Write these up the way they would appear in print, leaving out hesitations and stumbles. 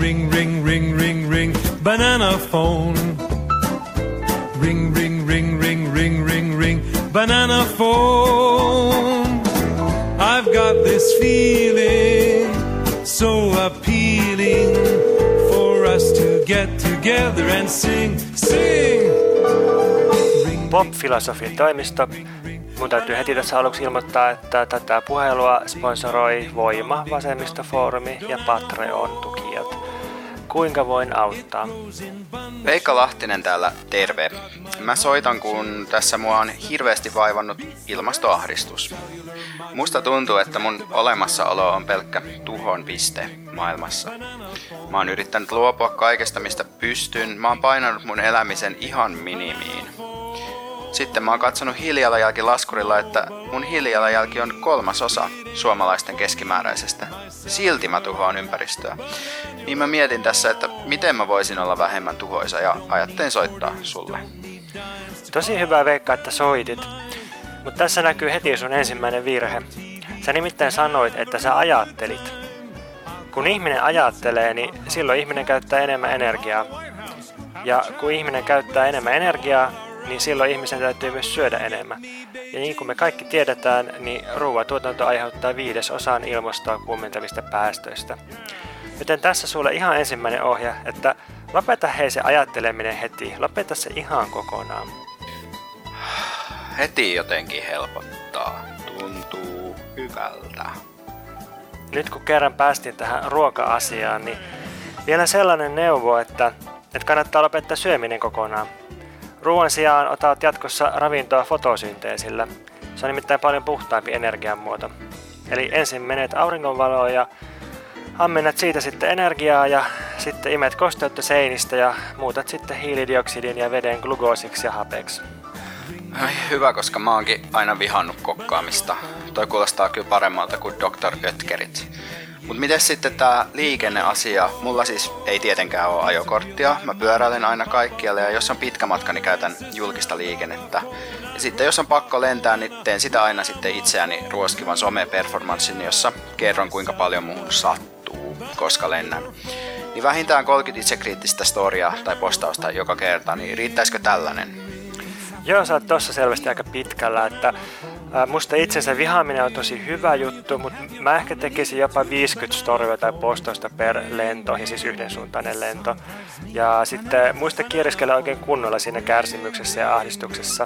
ring, ring, ring, ring, ring, banana phone. Ring, ring, ring, ring, ring, ring, ring, banana phone. I've got this feeling so appealing for us to get together and sing, sing. Pop-filosofin toimisto. Mun täytyy heti tässä aluksi ilmoittaa, että tätä puhelua sponsoroi Voima, Vasemmistofoorumi ja Patreon-tukijat. Kuinka voin auttaa? Veikka Lahtinen täällä, terve. Mä soitan, kun tässä mua on hirveästi vaivannut ilmastoahdistus. Musta tuntuu, että mun olemassaolo on pelkkä tuhon piste maailmassa. Mä oon yrittänyt luopua kaikesta, mistä pystyn. Mä oon painanut mun elämisen ihan minimiin. Sitten mä oon katsonut hiilijalanjälkilaskurilla, että mun hiilijalanjälki on 1/3 suomalaisten keskimääräisestä. Silti mä tuhoan ympäristöä. Niin mä mietin tässä, että miten mä voisin olla vähemmän tuhoisa ja ajattelin soittaa sulle. Tosi hyvä Veikka, että soitit. Mutta tässä näkyy heti sun ensimmäinen virhe. Sä nimittäin sanoit, että sä ajattelit. Kun ihminen ajattelee, niin silloin ihminen käyttää enemmän energiaa. Ja kun ihminen käyttää enemmän energiaa, niin silloin ihmisen täytyy myös syödä enemmän. Ja niin kuin me kaikki tiedetään, niin ruoantuotanto aiheuttaa 1/5 ilmastoa kuumentavista päästöistä. Joten tässä sulle ihan ensimmäinen ohje, että lopeta hei se ajatteleminen heti. Lopeta se ihan kokonaan. Heti jotenkin helpottaa. Tuntuu hyvältä. Nyt kun kerran päästiin tähän ruoka-asiaan, niin vielä sellainen neuvo, että kannattaa lopettaa syöminen kokonaan. Ruoan sijaan otat jatkossa ravintoa fotosynteesillä. Se on nimittäin paljon puhtaampi energiamuoto. Eli ensin menet auringonvaloon ja ammennat siitä sitten energiaa ja sitten imet kosteutta seinistä ja muutat sitten hiilidioksidin ja veden glukoosiksi ja hapeksi. Hyvä, koska mä oonkin aina vihannut kokkaamista. Toi kuulostaa kyllä paremmalta kuin Dr. Oetkerit. Mut miten sitten tää liikenneasia? Mulla siis ei tietenkään ole ajokorttia. Mä pyöräilen aina kaikkialle ja jos on pitkä matka, niin käytän julkista liikennettä. Ja sitten jos on pakko lentää, niin teen sitä aina sitten itseäni ruoskivan some-performanssin, jossa kerron kuinka paljon muuhun sattuu, koska lennän. Niin vähintään 30 itsekriittistä storia tai postausta joka kerta, niin riittäisikö tällainen? Joo, sä oot tossa selvästi aika pitkällä, että musta itsensä vihaaminen on tosi hyvä juttu, mutta mä ehkä tekisin jopa 50 storia tai postausta per lento, ja siis yhdensuuntainen lento. Ja sitten muista kieriskellä oikein kunnolla siinä kärsimyksessä ja ahdistuksessa.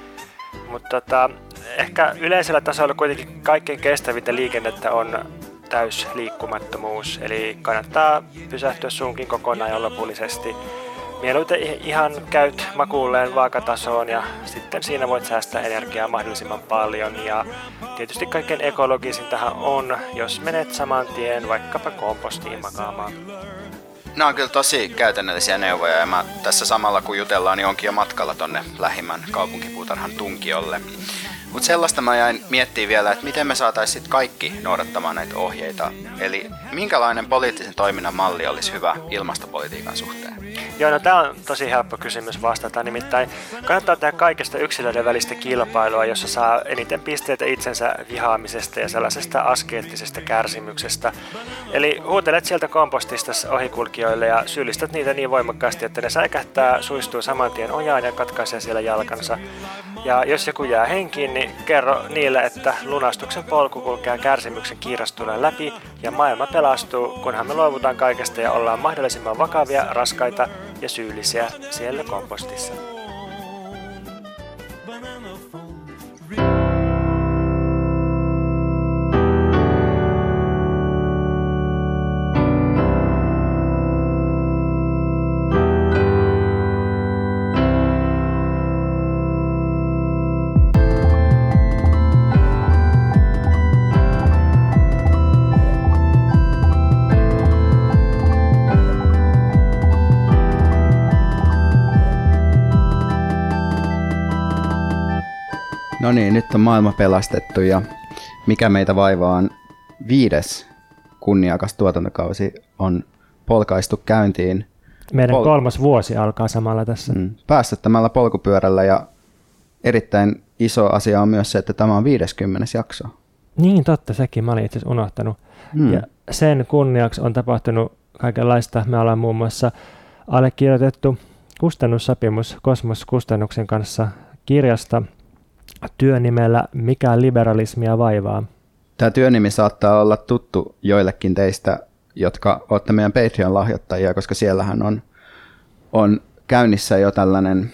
Mutta ehkä yleisellä tasolla kuitenkin kaikkein kestävintä liikennettä on täysliikkumattomuus, eli kannattaa pysähtyä suunkin kokonaan ja lopullisesti. Mieluiten ihan käyt makuulleen vaakatasoon ja sitten siinä voit säästää energiaa mahdollisimman paljon. Ja tietysti kaikkein ekologisintahan on, jos menet saman tien vaikkapa kompostiin makaamaan. Nämä on kyllä tosi käytännöllisiä neuvoja ja mä tässä samalla kun jutellaan, niin onkin jo matkalla tonne lähimmän kaupunkipuutarhan tunkiolle. Mutta sellaista mä jäin miettimään vielä, että miten me saataisiin kaikki noudattamaan näitä ohjeita. Eli minkälainen poliittisen toiminnan malli olisi hyvä ilmastopolitiikan suhteen? Joo, no tää on tosi helppo kysymys vastata. Nimittäin kannattaa tehdä kaikesta yksilöiden välistä kilpailua, jossa saa eniten pisteitä itsensä vihaamisesta ja sellaisesta askeettisesta kärsimyksestä. Eli huutelet sieltä kompostista ohikulkijoille ja syyllistät niitä niin voimakkaasti, että ne säikähtää, suistuu saman tien ojaan ja katkaisee siellä jalkansa. Ja jos joku jää henkiin, niin kerro niille, että lunastuksen polku kulkee kärsimyksen kiirastuleen läpi ja maailma pelastuu, kunhan me luovutaan kaikesta ja ollaan mahdollisimman vakavia, raskaita ja syyllisiä siellä kompostissa. No niin, nyt on maailma pelastettu ja mikä meitä vaivaa on 5. kunniakas tuotantokausi on polkaistu käyntiin. Meidän 3. vuosi alkaa samalla tässä. Päästöttämällä polkupyörällä ja erittäin iso asia on myös se, että tämä on 50. jakso. Niin totta, sekin mä olin itse asiassa unohtanut. Ja sen kunniaksi on tapahtunut kaikenlaista. Me ollaan muun muassa allekirjoitettu kustannussopimus Kosmos-kustannuksen kanssa kirjasta työnimellä Mikä liberalismia vaivaa. Tämä työnimi saattaa olla tuttu joillekin teistä, jotka olette meidän Patreon-lahjoittajia, koska siellähän on käynnissä jo tällainen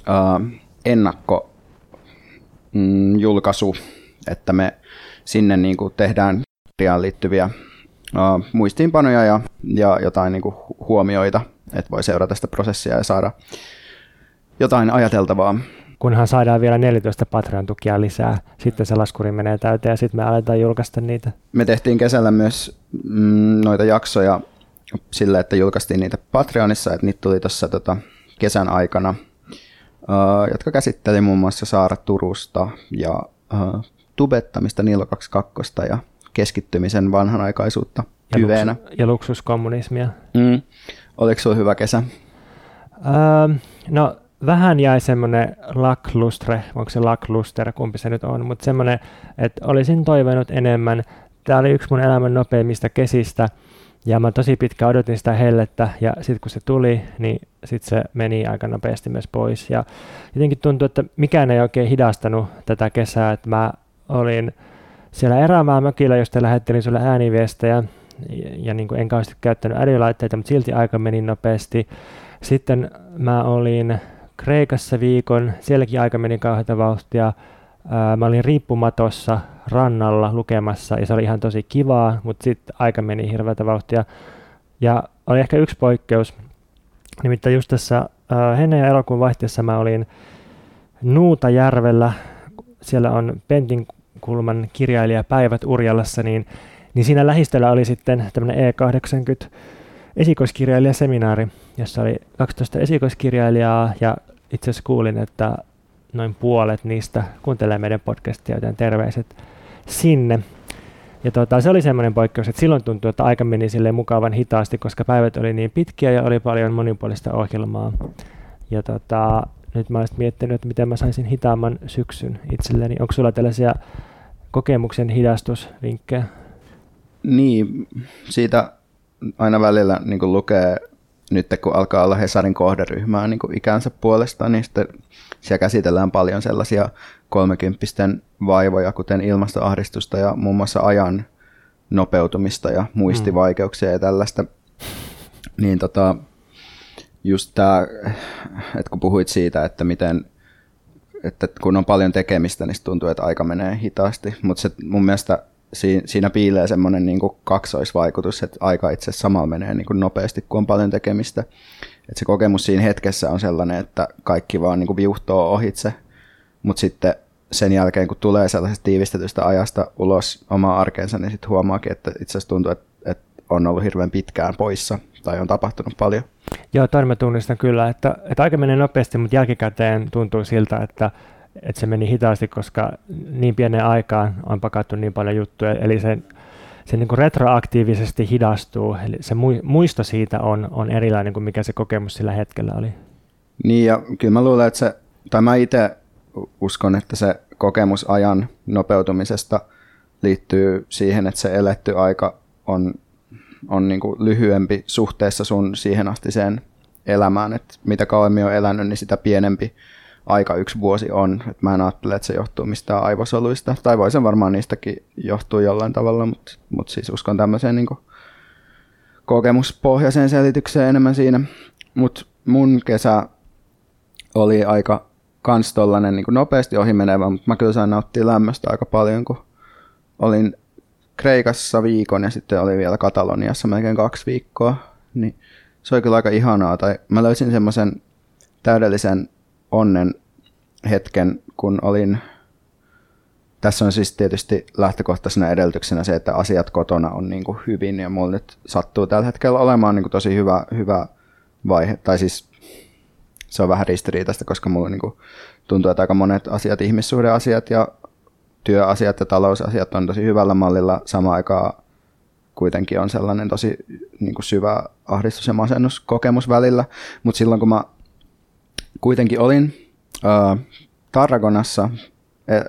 ennakkojulkaisu, että me sinne niin kuin tehdään kirjaan liittyviä muistiinpanoja ja jotain niin kuin huomioita, että voi seurata sitä prosessia ja saada jotain ajateltavaa. Kunhan saadaan vielä 14 Patreon-tukia lisää, sitten se laskuri menee täyteen ja sitten me aletaan julkaista niitä. Me tehtiin kesällä myös noita jaksoja sillä, että julkaistiin niitä Patreonissa, että niitä tuli tuossa kesän aikana, jotka käsitteli muun muassa Saara Turusta ja tubettamista Niilo 22 ja keskittymisen vanhanaikaisuutta hyveenä. Ja luksuskommunismia. Oliko sinulla hyvä kesä? No vähän jäi semmoinen lacklustre, onko se lackluster, kumpi se nyt on, mutta semmoinen, että olisin toivonut enemmän. Tämä oli yksi mun elämän nopeimmista kesistä ja mä tosi pitkään odotin sitä hellettä ja sitten kun se tuli, niin sitten se meni aika nopeasti myös pois. Ja jotenkin tuntuu, että mikään ei oikein hidastanut tätä kesää, että mä olin siellä Erämaa mökillä, josta lähettelin sulle ääniviestejä ja niin kuin en kauheasti käyttänyt älylaitteita, mutta silti aika meni nopeasti. Sitten mä olin Kreikassa viikon, sielläkin aika meni kauheata vauhtia. Mä olin riippumatossa rannalla lukemassa ja se oli ihan tosi kivaa, mutta sitten aika meni hirveätä vauhtia. Ja oli ehkä yksi poikkeus, nimittäin just tässä heinä- ja elokuun vaihteessa mä olin Nuutajärvellä, siellä on Pentinkulman kirjailijapäivät Urjalassa, niin siinä lähistöllä oli sitten tämmöinen E80 esikoiskirjailijaseminaari, jossa oli 12 esikoiskirjailijaa ja itse asiassa kuulin, että noin puolet niistä kuuntelee meidän podcastia, joten terveiset sinne. Ja se oli semmoinen poikkeus, että silloin tuntui, että aika meni silleen mukavan hitaasti, koska päivät oli niin pitkiä ja oli paljon monipuolista ohjelmaa. Ja nyt mä olisin miettinyt, että miten mä saisin hitaamman syksyn itselleni. Onko sulla tällaisia kokemuksen hidastusvinkkejä? Niin, siitä aina välillä niin kuin lukee, nyt kun alkaa olla Hesarin kohderyhmää niin kuin ikänsä puolesta, niin sitten siellä käsitellään paljon sellaisia 30-pisten vaivoja, kuten ilmastoahdistusta ja muun muassa ajan nopeutumista ja muistivaikeuksia ja tällaista. Niin just tämä, että kun puhuit siitä, että että kun on paljon tekemistä, niin tuntuu, että aika menee hitaasti, mutta se mun mielestä siinä piilee semmoinen niin kuin kaksoisvaikutus, että aika itse asiassa samalla menee niin kuin nopeasti, kun on paljon tekemistä. Että se kokemus siinä hetkessä on sellainen, että kaikki vaan niin kuin viuhtoo ohitse, mutta sitten sen jälkeen, kun tulee sellaisesta tiivistetystä ajasta ulos omaa arkeensa, niin sitten huomaakin, että itse asiassa tuntuu, että on ollut hirveän pitkään poissa tai on tapahtunut paljon. Joo, toi mä tunnistan kyllä, että aika menee nopeasti, mutta jälkikäteen tuntuu siltä, että se meni hitaasti, koska niin pienen aikaan on pakattu niin paljon juttuja, eli se niin kuin retroaktiivisesti hidastuu, eli se muisto siitä on erilainen kuin mikä se kokemus sillä hetkellä oli. Niin, ja kyllä mä luulen, että mä itse uskon, että se kokemus ajan nopeutumisesta liittyy siihen, että se eletty aika on niin kuin lyhyempi suhteessa sun siihen astiseen elämään, että mitä kauemmin on elänyt, niin sitä pienempi aika yksi vuosi on. Et mä en ajattele, että se johtuu mistään aivosoluista, tai voi sen varmaan niistäkin johtuu jollain tavalla, mutta siis uskon tämmöiseen niin kuin kokemuspohjaiseen selitykseen enemmän siinä. Mutta mun kesä oli aika kans tollanen niin kuin nopeasti ohimenevä, mutta mä kyllä sain nauttia lämmöstä aika paljon, kun olin Kreikassa viikon ja sitten olin vielä Kataloniassa melkein 2 viikkoa, niin se oli kyllä aika ihanaa. Tai mä löysin semmoisen täydellisen onnen hetken, kun olin, tässä on siis tietysti lähtökohtaisena edellytyksenä se, että asiat kotona on niin kuin hyvin, ja mulla nyt sattuu tällä hetkellä olemaan niin kuin tosi hyvä vaihe, tai siis se on vähän ristiriitaista, koska mulla niin kuin tuntuu, että aika monet asiat, ihmissuhdeasiat ja työasiat ja talousasiat on tosi hyvällä mallilla, samaan aikaan kuitenkin on sellainen tosi niin kuin syvä ahdistus- ja masennuskokemus välillä, mutta silloin kun mä kuitenkin olin Tarragonassa,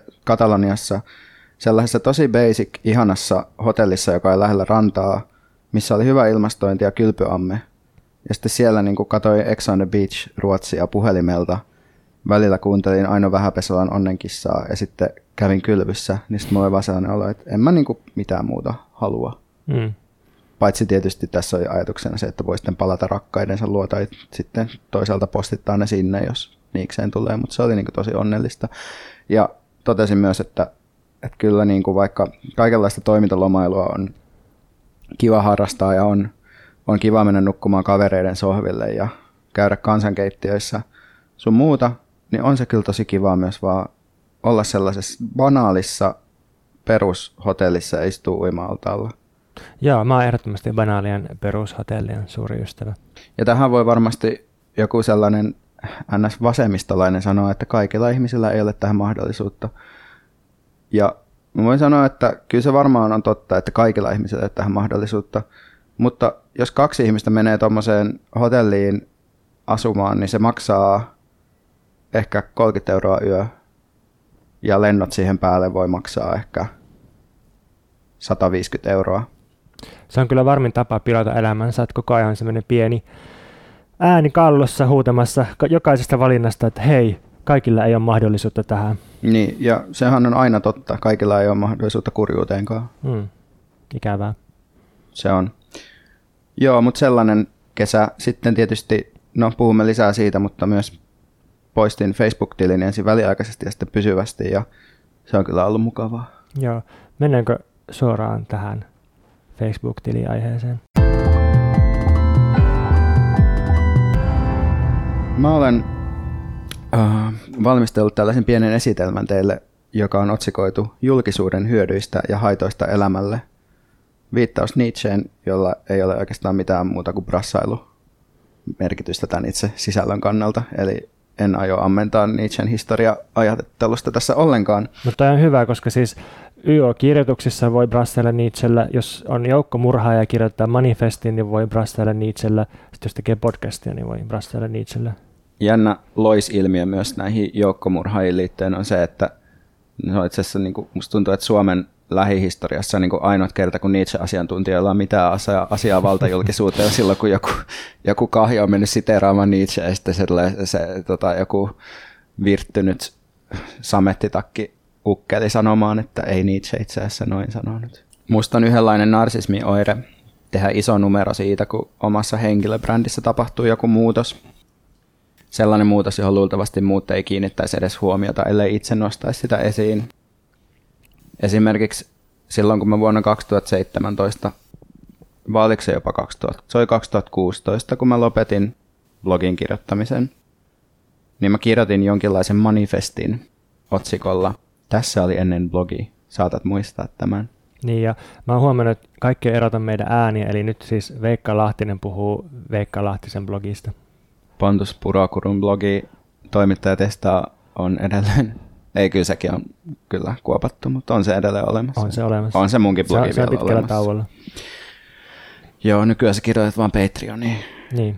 Kataloniassa, sellaisessa tosi basic, ihanassa hotellissa, joka on lähellä rantaa, missä oli hyvä ilmastointi ja kylpyamme. Ja sitten siellä niin kuin katsoin Ex on the Beach Ruotsia puhelimelta. Välillä kuuntelin Aino Vähäpesolan Onnenkissaa ja sitten kävin kylvyssä. Niin sitten mulla oli vaan sellainen olo, että en mä niin kuin mitään muuta halua. Paitsi tietysti tässä oli ajatuksena se, että voi sitten palata rakkaidensa luo tai sitten toisaalta postittaa ne sinne, jos niikseen tulee. Mutta se oli niin kuin tosi onnellista. Ja totesin myös, että kyllä niin kuin vaikka kaikenlaista toimintalomailua on kiva harrastaa ja on kiva mennä nukkumaan kavereiden sohville ja käydä kansankeittiöissä sun muuta, niin on se kyllä tosi kiva myös vaan olla sellaisessa banaalissa perushotellissa ja istua uima-altaalla. Joo, mä oon ehdottomasti banaalien perushotellien suuri ystävä. Ja tähän voi varmasti joku sellainen NS-vasemmistolainen sanoa, että kaikilla ihmisillä ei ole tähän mahdollisuutta. Ja mä voin sanoa, että kyllä se varmaan on totta, että kaikilla ihmisillä ei ole tähän mahdollisuutta. Mutta jos 2 ihmistä menee tuommoiseen hotelliin asumaan, niin se maksaa ehkä 30 € yö. Ja lennot siihen päälle voi maksaa ehkä 150 €. Se on kyllä varmin tapa pilata elämänsä, että koko ajan semmoinen pieni ääni kallossa huutamassa jokaisesta valinnasta, että hei, kaikilla ei ole mahdollisuutta tähän. Niin, ja sehän on aina totta. Kaikilla ei ole mahdollisuutta kurjuuteenkaan. Ikävää. Se on. Joo, mutta sellainen kesä. Sitten tietysti, no puhumme lisää siitä, mutta myös poistin Facebook-tilin ensin väliaikaisesti ja sitten pysyvästi, ja se on kyllä ollut mukavaa. Joo. Mennäänkö suoraan tähän Facebook-tili-aiheeseen? Mä olen valmistellut tällaisen pienen esitelmän teille, joka on otsikoitu julkisuuden hyödyistä ja haitoista elämälle. Viittaus Nietzscheen, jolla ei ole oikeastaan mitään muuta kuin brassailumerkitystä tämän itse sisällön kannalta. Eli en aio ammentaa Nietzschen historia-ajattelusta tässä ollenkaan. Mutta on hyvä, koska siis YO-kirjoituksissa voi brassailla Nietzschellä. Jos on joukko murhaa ja kirjoittaa manifestin, niin voi brassailla Nietzschellä. Sitten jos tekee podcastia, niin voi brassailla Nietzschellä. Jännä loisilmiö myös näihin joukkomurhaajiin liittyen on se, että no itse asiassa niin kuin musta tuntuu, että Suomen lähihistoriassa on niin kuin ainoa kerta, kun Nietzsche-asiantuntijoilla on mitään asiaa valtajulkisuuteen silloin, kun joku kahja on mennyt siteeraamaan Nietzscheä ja sitten se joku virttynyt samettitakki ukkeli sanomaan, että ei Nietzsche itse asiassa noin sanonut. Musta on yhdenlainen narsismioire tehdä iso numero siitä, kun omassa henkilöbrändissä tapahtuu joku muutos. Sellainen muutos, johon luultavasti muut ei kiinnittäisi edes huomiota, ellei itse nostaisi sitä esiin. Esimerkiksi silloin, kun mä vuonna 2017, vai oliko se jopa 2000, se oli 2016, kun mä lopetin blogin kirjoittamisen, niin mä kirjoitin jonkinlaisen manifestin otsikolla. Tässä oli ennen blogi. Saatat muistaa tämän. Niin, ja mä oon huomannut, että kaikki erotan meidän ääniä, eli nyt siis Veikka Lahtinen puhuu Veikka Lahtisen blogista. Pontus Purokurun blogi toimittaja testaa on edelleen, ei kyllä sekin on kyllä kuopattu, mutta on se edelleen olemassa. On se olemassa. On se munkin blogi se vielä pitkällä olemassa. tauolla. Joo, nykyään sä kirjoitat vaan Patreoniin. Niin.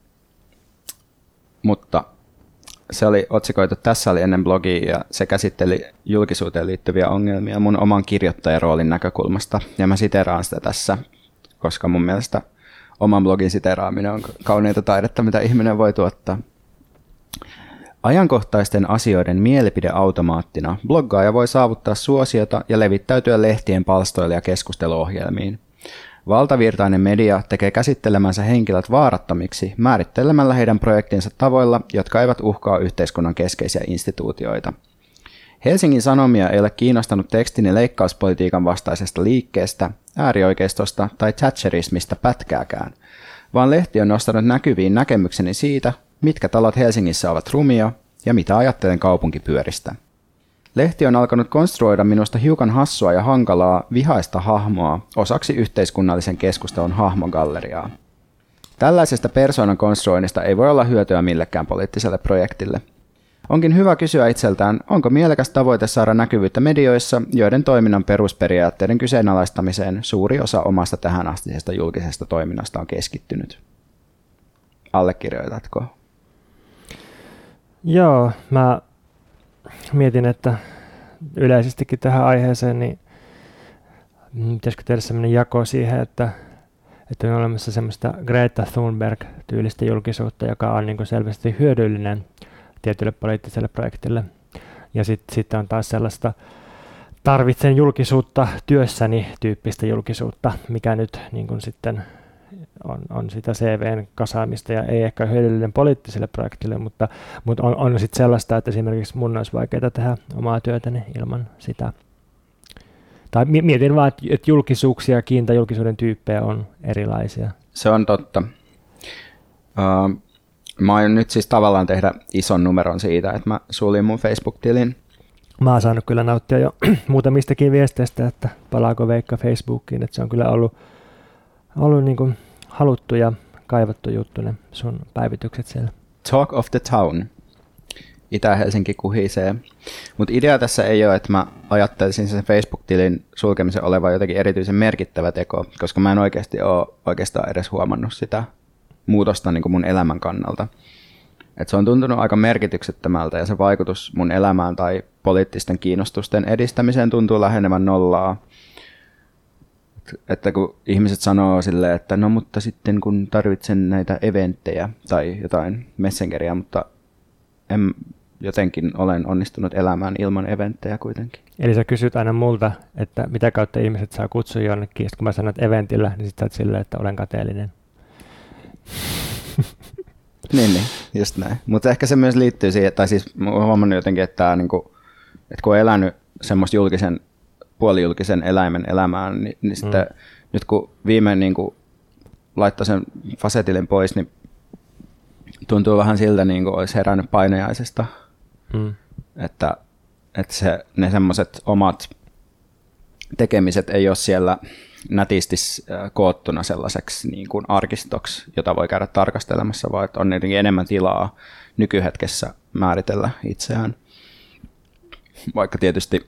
Mutta se oli otsikoitu Tässä oli ennen blogia ja se käsitteli julkisuuteen liittyviä ongelmia mun oman kirjoittajaroolin näkökulmasta. Ja mä siteraan sitä tässä, koska mun mielestä oman blogin siteraaminen on kauniita taidetta, mitä ihminen voi tuottaa. Ajankohtaisten asioiden mielipideautomaattina bloggaaja voi saavuttaa suosiota ja levittäytyä lehtien palstoille ja keskusteluohjelmiin. Valtavirtainen media tekee käsittelemänsä henkilöt vaarattomiksi määrittelemällä heidän projektinsa tavoilla, jotka eivät uhkaa yhteiskunnan keskeisiä instituutioita. Helsingin Sanomia ei ole kiinnostanut tekstini leikkauspolitiikan vastaisesta liikkeestä, äärioikeistosta tai thatcherismista pätkääkään, vaan lehti on nostanut näkyviin näkemykseni siitä, mitkä talot Helsingissä ovat rumia ja mitä ajattelen kaupunkipyöristä. Lehti on alkanut konstruoida minusta hiukan hassua ja hankalaa vihaista hahmoa osaksi yhteiskunnallisen keskustelun hahmogalleriaa. Tällaisesta persoonan konstruoinnista ei voi olla hyötyä millekään poliittiselle projektille. Onkin hyvä kysyä itseltään, onko mielekäs tavoite saada näkyvyyttä medioissa, joiden toiminnan perusperiaatteiden kyseenalaistamiseen suuri osa omasta tähänastisesta julkisesta toiminnasta on keskittynyt. Allekirjoitatko? Joo, mä mietin, että yleisestikin tähän aiheeseen, niin pitäisikö tehdä sellainen jako siihen, että Että on olemassa semmoista Greta Thunberg-tyylistä julkisuutta, joka on niin kuin selvästi hyödyllinen tietylle poliittiselle projektille. Ja sitten on taas sellaista tarvitsen julkisuutta työssäni -tyyppistä julkisuutta, mikä nyt niin kuin sitten on sitä CVn kasaamista ja ei ehkä hyödyllinen poliittiselle projektille, mutta on sitten sellaista, että esimerkiksi mun olisi vaikeaa tehdä omaa työtäni ilman sitä. Tai mietin vaan, että julkisuuksia ja julkisuuden tyyppejä on erilaisia. Se on totta. Mä aion nyt siis tavallaan tehdä ison numeron siitä, että mä suljin mun Facebook-tilin. Mä oon saanut kyllä nauttia jo muutamistakin viesteistä, että palaako Veikka Facebookiin, että se on kyllä ollut niin kuin haluttu ja kaivattu juttu ne sun päivitykset siellä. Talk of the town. Itä-Helsinki kuhisee. Mutta idea tässä ei ole, että mä ajattelisin sen Facebook-tilin sulkemisen olevan jotenkin erityisen merkittävä teko, koska mä en oikeasti ole oikeastaan edes huomannut sitä muutosta niin kuin mun elämän kannalta. Et se on tuntunut aika merkityksettömältä ja se vaikutus mun elämään tai poliittisten kiinnostusten edistämiseen tuntuu lähenevän nollaa. Että kun ihmiset sanoo silleen, että no mutta sitten kun tarvitsen näitä eventtejä tai jotain messengeria, mutta jotenkin olen onnistunut elämään ilman eventtejä kuitenkin. Eli sä kysyt aina multa, että mitä kautta ihmiset saa kutsua jonnekin, ja kun mä sanon eventillä, niin sit sä oot silleen, että olen kateellinen. niin, just näin. Mutta ehkä se myös liittyy siihen, tai siis mä oon huomannut jotenkin, että, niinku, että kun on elänyt semmoista puolijulkisen eläimen elämään, niin sitten nyt kun viimein niinku laittoi sen fasetilin pois, niin tuntuu vähän siltä, niin kuin olisi herännyt painajaisesta, että ne semmoiset omat tekemiset ei ole siellä nätisti koottuna sellaiseksi niin kuin arkistoksi, jota voi käydä tarkastelemassa, vaan että on jotenkin enemmän tilaa nykyhetkessä määritellä itseään. Vaikka tietysti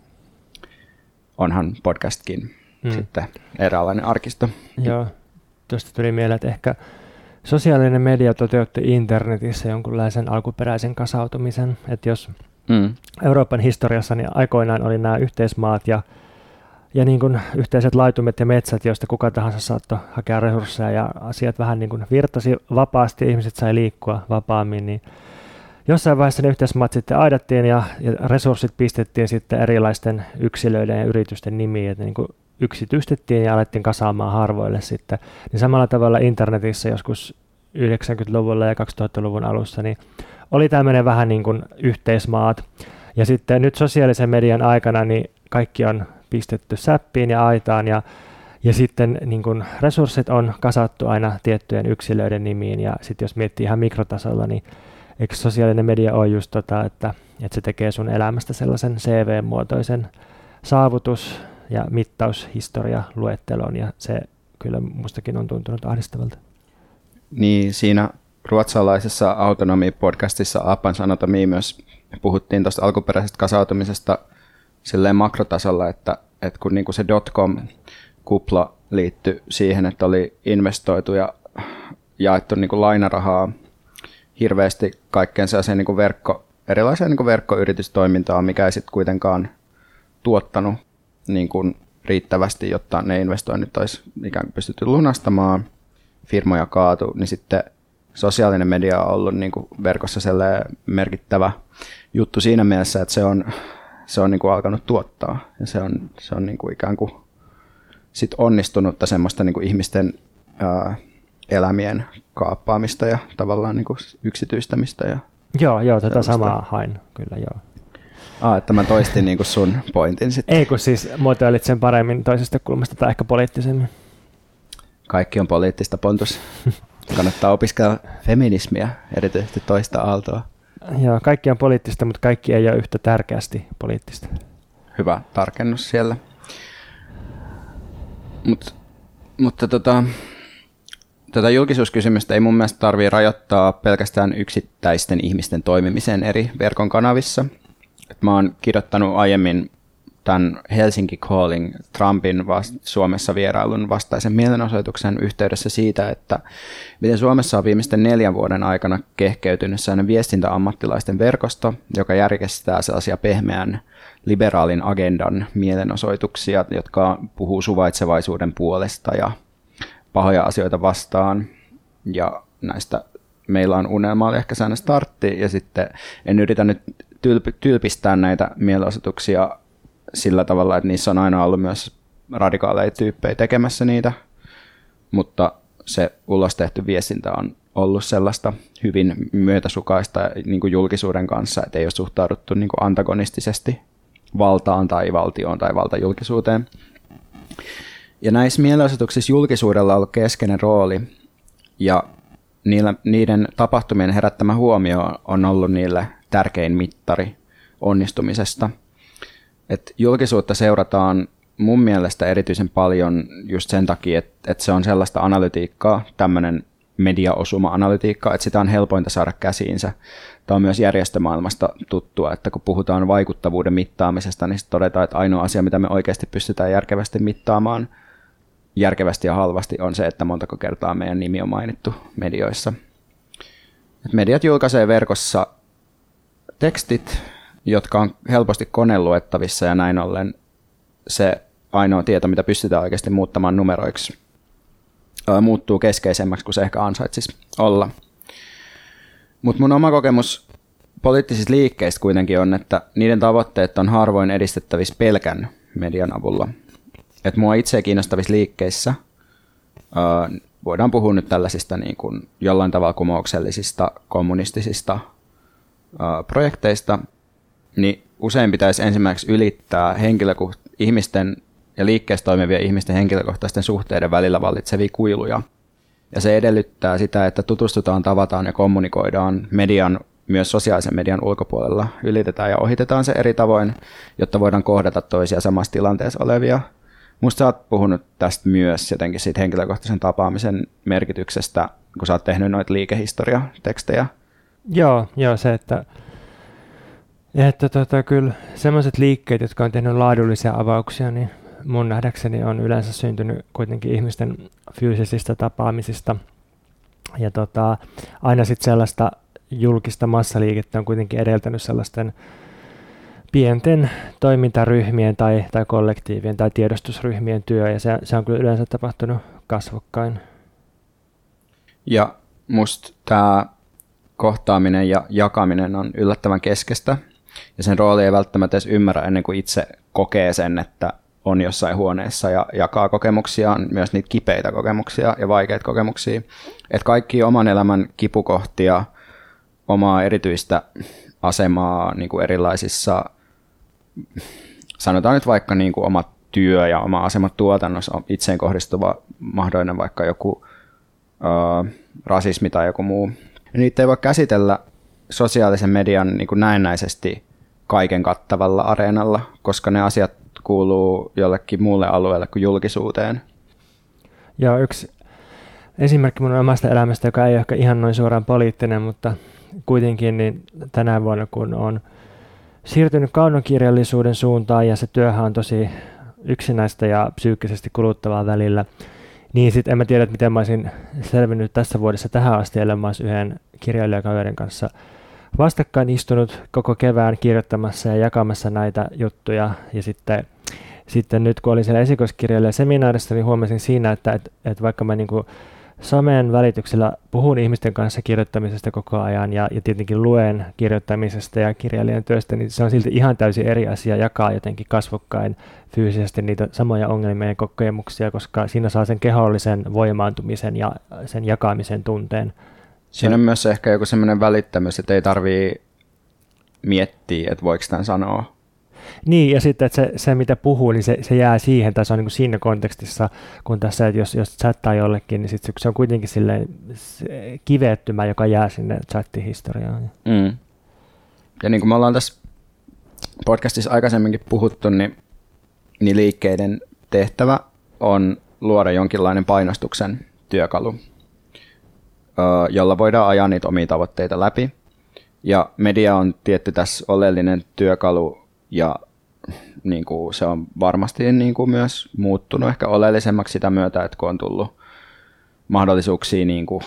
onhan podcastkin sitten eräänlainen arkisto. Joo, tuosta tuli mieleen, että ehkä sosiaalinen media toteutti internetissä jonkunlaisen alkuperäisen kasautumisen, että jos Euroopan historiassa niin aikoinaan oli nämä yhteismaat ja niin kuin yhteiset laitumet ja metsät, joista kuka tahansa saattoi hakea resursseja ja asiat vähän niin kuin virtasi vapaasti, ihmiset sai liikkua vapaammin, niin jossain vaiheessa ne yhteismaat sitten aidattiin ja resurssit pistettiin sitten erilaisten yksilöiden ja yritysten nimiin, että niin kuin yksityistettiin ja alettiin kasaamaan harvoille sitten. Niin samalla tavalla internetissä joskus 90-luvulla ja 2000-luvun alussa niin oli tämmöinen vähän niin kuin yhteismaat. Ja sitten nyt sosiaalisen median aikana niin kaikki on pistetty säppiin ja aitaan ja sitten niin kuin resurssit on kasattu aina tiettyjen yksilöiden nimiin. Ja sitten jos miettii ihan mikrotasolla, niin eikö sosiaalinen media ole just että se tekee sun elämästä sellaisen CV-muotoisen saavutus- ja mittaushistoria-luettelon, ja se kyllä mustakin on tuntunut ahdistavalta. Niin, siinä ruotsalaisessa autonomi-podcastissa Apan Sanatomi myös puhuttiin tuosta alkuperäisestä kasautumisesta silleen makrotasolla, että kun niinku se dotcom-kupla liittyi siihen, että oli investoitu ja jaettu niinku lainarahaa hirveästi kaikkeen sellaiseen niinku erilaiseen niinku verkkoyritystoimintaan, mikä ei sitten kuitenkaan tuottanut niin kuin riittävästi, jotta ne investoinnit olisi ikään kuin pystytty lunastamaan, firmoja kaatu, niin sitten sosiaalinen media on ollut niin kuin verkossa sellainen merkittävä juttu siinä mielessä, että se on niin kuin alkanut tuottaa ja se on niin kuin ikään kuin sit onnistunutta semmoista niin kuin ihmisten elämien kaappaamista ja tavallaan niin kuin yksityistämistä. Ja joo, tätä samaa hain kyllä, joo. Että mä toistin niin kuin sun pointin sitten. Ei kun siis muotoilit sen paremmin toisesta kulmasta tai ehkä poliittisemmin. Kaikki on poliittista, Pontus. Kannattaa opiskella feminismiä, erityisesti toista aaltoa. Joo, kaikki on poliittista, mutta kaikki ei ole yhtä tärkeästi poliittista. Hyvä tarkennus siellä. Mutta tätä julkisuuskysymystä ei mun mielestä tarvitse rajoittaa pelkästään yksittäisten ihmisten toimimiseen eri verkon kanavissa. Mä oon kirjoittanut aiemmin tämän Helsinki Calling Trumpin Suomessa vierailun vastaisen mielenosoituksen yhteydessä siitä, että miten Suomessa on viimeisten 4 vuoden aikana kehkeytynyt sellainen viestintäammattilaisten verkosto, joka järjestää sellaisia pehmeän liberaalin agendan mielenosoituksia, jotka puhuu suvaitsevaisuuden puolesta ja pahoja asioita vastaan, ja näistä meillä on unelma oli ehkä säännä startti, ja sitten en yritä nyt tylpistää näitä mielenosoituksia sillä tavalla, että niissä on aina ollut myös radikaaleja tyyppejä tekemässä niitä, mutta se ulos tehty viestintä on ollut sellaista hyvin myötäsukaista niin kuin julkisuuden kanssa, että ei ole suhtauduttu niin kuin antagonistisesti valtaan tai valtioon tai valtajulkisuuteen. Ja näissä mielenosoituksissa julkisuudella on ollut keskeinen rooli, ja niiden tapahtumien herättämä huomio on ollut niille tärkein mittari onnistumisesta. Et julkisuutta seurataan mun mielestä erityisen paljon just sen takia, että se on sellaista analytiikkaa, tämmöinen mediaosuma-analytiikkaa, että sitä on helpointa saada käsiinsä. Tämä on myös järjestömaailmasta tuttua, että kun puhutaan vaikuttavuuden mittaamisesta, niin todetaan, että ainoa asia, mitä me oikeasti pystytään järkevästi mittaamaan, järkevästi ja halvasti, on se, että montako kertaa meidän nimi on mainittu medioissa. Et mediat julkaisee verkossa tekstit, jotka on helposti koneluettavissa, ja näin ollen se ainoa tieto, mitä pystytään oikeasti muuttamaan numeroiksi, muuttuu keskeisemmäksi kuin se ehkä ansaitsisi olla. Mutta mun oma kokemus poliittisista liikkeistä kuitenkin on, että niiden tavoitteet on harvoin edistettävissä pelkän median avulla. Et mua itseä kiinnostavissa liikkeissä voidaan puhua nyt tällaisista niin kuin jollain tavalla kumouksellisista kommunistisista projekteista, niin usein pitäisi ensimmäiseksi ylittää ihmisten ja liikkeessä toimivien ihmisten henkilökohtaisten suhteiden välillä vallitsevia kuiluja. Ja se edellyttää sitä, että tutustutaan, tavataan ja kommunikoidaan median, myös sosiaalisen median ulkopuolella. Ylitetään ja ohitetaan se eri tavoin, jotta voidaan kohdata toisia samassa tilanteessa olevia. Musta sä oot puhunut tästä myös jotenkin siitä henkilökohtaisen tapaamisen merkityksestä, kun sä oot tehnyt noita liikehistoriatekstejä. Joo, se, että kyllä sellaiset liikkeet, jotka on tehnyt laadullisia avauksia, niin mun nähdäkseni on yleensä syntynyt kuitenkin ihmisten fyysisistä tapaamisista. Ja aina sitten sellaista julkista massaliikettä on kuitenkin edeltänyt sellaisten pienten toimintaryhmien tai kollektiivien tai tiedostusryhmien työ, ja se on kyllä yleensä tapahtunut kasvokkain. Ja musta tämä kohtaaminen ja jakaminen on yllättävän keskeistä, ja sen rooli ei välttämättä edes ymmärrä ennen kuin itse kokee sen, että on jossain huoneessa ja jakaa kokemuksiaan, myös niitä kipeitä kokemuksia ja vaikeita kokemuksia. Että kaikki oman elämän kipukohtia, omaa erityistä asemaa niin kuin erilaisissa, sanotaan nyt vaikka niin kuin oma työ ja oma asema tuotannossa on itseen kohdistuva mahdollinen vaikka joku rasismi tai joku muu. Ja niitä ei voi käsitellä sosiaalisen median niin kuin näennäisesti kaiken kattavalla areenalla, koska ne asiat kuuluu jollekin muulle alueelle kuin julkisuuteen. Joo, yksi esimerkki mun omasta elämästä, joka ei ole ehkä ihan noin suoraan poliittinen, mutta kuitenkin niin tänä vuonna, kun on siirtynyt kaunokirjallisuuden suuntaan ja se työhän on tosi yksinäistä ja psyykkisesti kuluttavaa välillä, niin sitten en mä tiedä, että miten mä olisin selvinnyt tässä vuodessa tähän asti, ellei mä olisin yhden kirjailijakaverin kanssa vastakkain istunut koko kevään kirjoittamassa ja jakamassa näitä juttuja. Ja sitten nyt kun olin siellä esikoiskirjailijaseminaarissa, niin huomasin siinä, että vaikka mä niinku somen välityksellä puhun ihmisten kanssa kirjoittamisesta koko ajan ja tietenkin luen kirjoittamisesta ja kirjailijan työstä, niin se on silti ihan täysin eri asia jakaa jotenkin kasvokkain fyysisesti niitä samoja ongelmia ja kokemuksia, koska siinä saa sen kehollisen voimaantumisen ja sen jakamisen tunteen. Siinä on myös ehkä joku semmoinen välittämys, että ei tarvitse miettiä, että voiko tämän sanoa. Niin, ja sitten että se mitä puhuu, niin se jää siihen, tai se on niin kuin siinä kontekstissa, kun tässä, että jos chattaa jollekin, niin sitten se on kuitenkin silleen kivettymä, joka jää sinne chattihistoriaan. Mm. Ja niin kuin me ollaan tässä podcastissa aikaisemminkin puhuttu, niin liikkeiden tehtävä on luoda jonkinlainen painostuksen työkalu, jolla voidaan ajaa niitä omia tavoitteita läpi. Ja media on tietty tässä oleellinen työkalu, ja niin kuin se on varmasti niin kuin myös muuttunut ehkä oleellisemmaksi sitä myötä, että kun on tullut mahdollisuuksia niin kuin,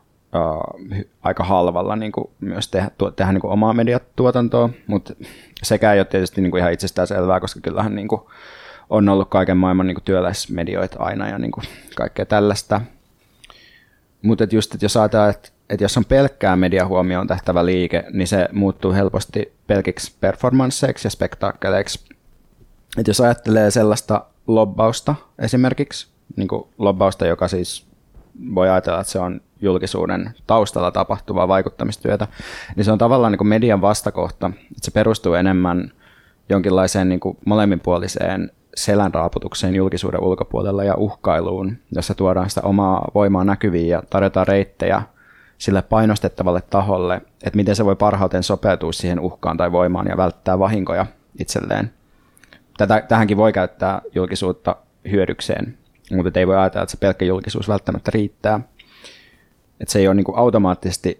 aika halvalla niin kuin myös tehdä niin kuin omaa mediatuotantoa, mutta sekään ei ole tietysti niin kuin ihan itsestään selvää, koska kyllähän niin kuin on ollut kaiken maailman niin kuin työläismedioita aina ja niin kuin kaikkea tällaista. Mutta just, että jos ajatellaan, että jos on pelkkää mediahuomioon tähtävä liike, niin se muuttuu helposti pelkiksi performansseiksi ja spektaakkeleiksi. Että jos ajattelee sellaista lobbausta esimerkiksi, niin kuin lobbausta, joka siis voi ajatella, että se on julkisuuden taustalla tapahtuvaa vaikuttamistyötä, niin se on tavallaan niin kuin median vastakohta. Että se perustuu enemmän jonkinlaiseen niin kuin molemminpuoliseen selänraaputukseen julkisuuden ulkopuolella ja uhkailuun, jossa tuodaan sitä omaa voimaa näkyviin ja tarjotaan reittejä sille painostettavalle taholle, että miten se voi parhaiten sopeutua siihen uhkaan tai voimaan ja välttää vahinkoja itselleen. Tähänkin voi käyttää julkisuutta hyödykseen, mutta ei voi ajatella, että se pelkkä julkisuus välttämättä riittää. Että se ei ole niin kuin automaattisesti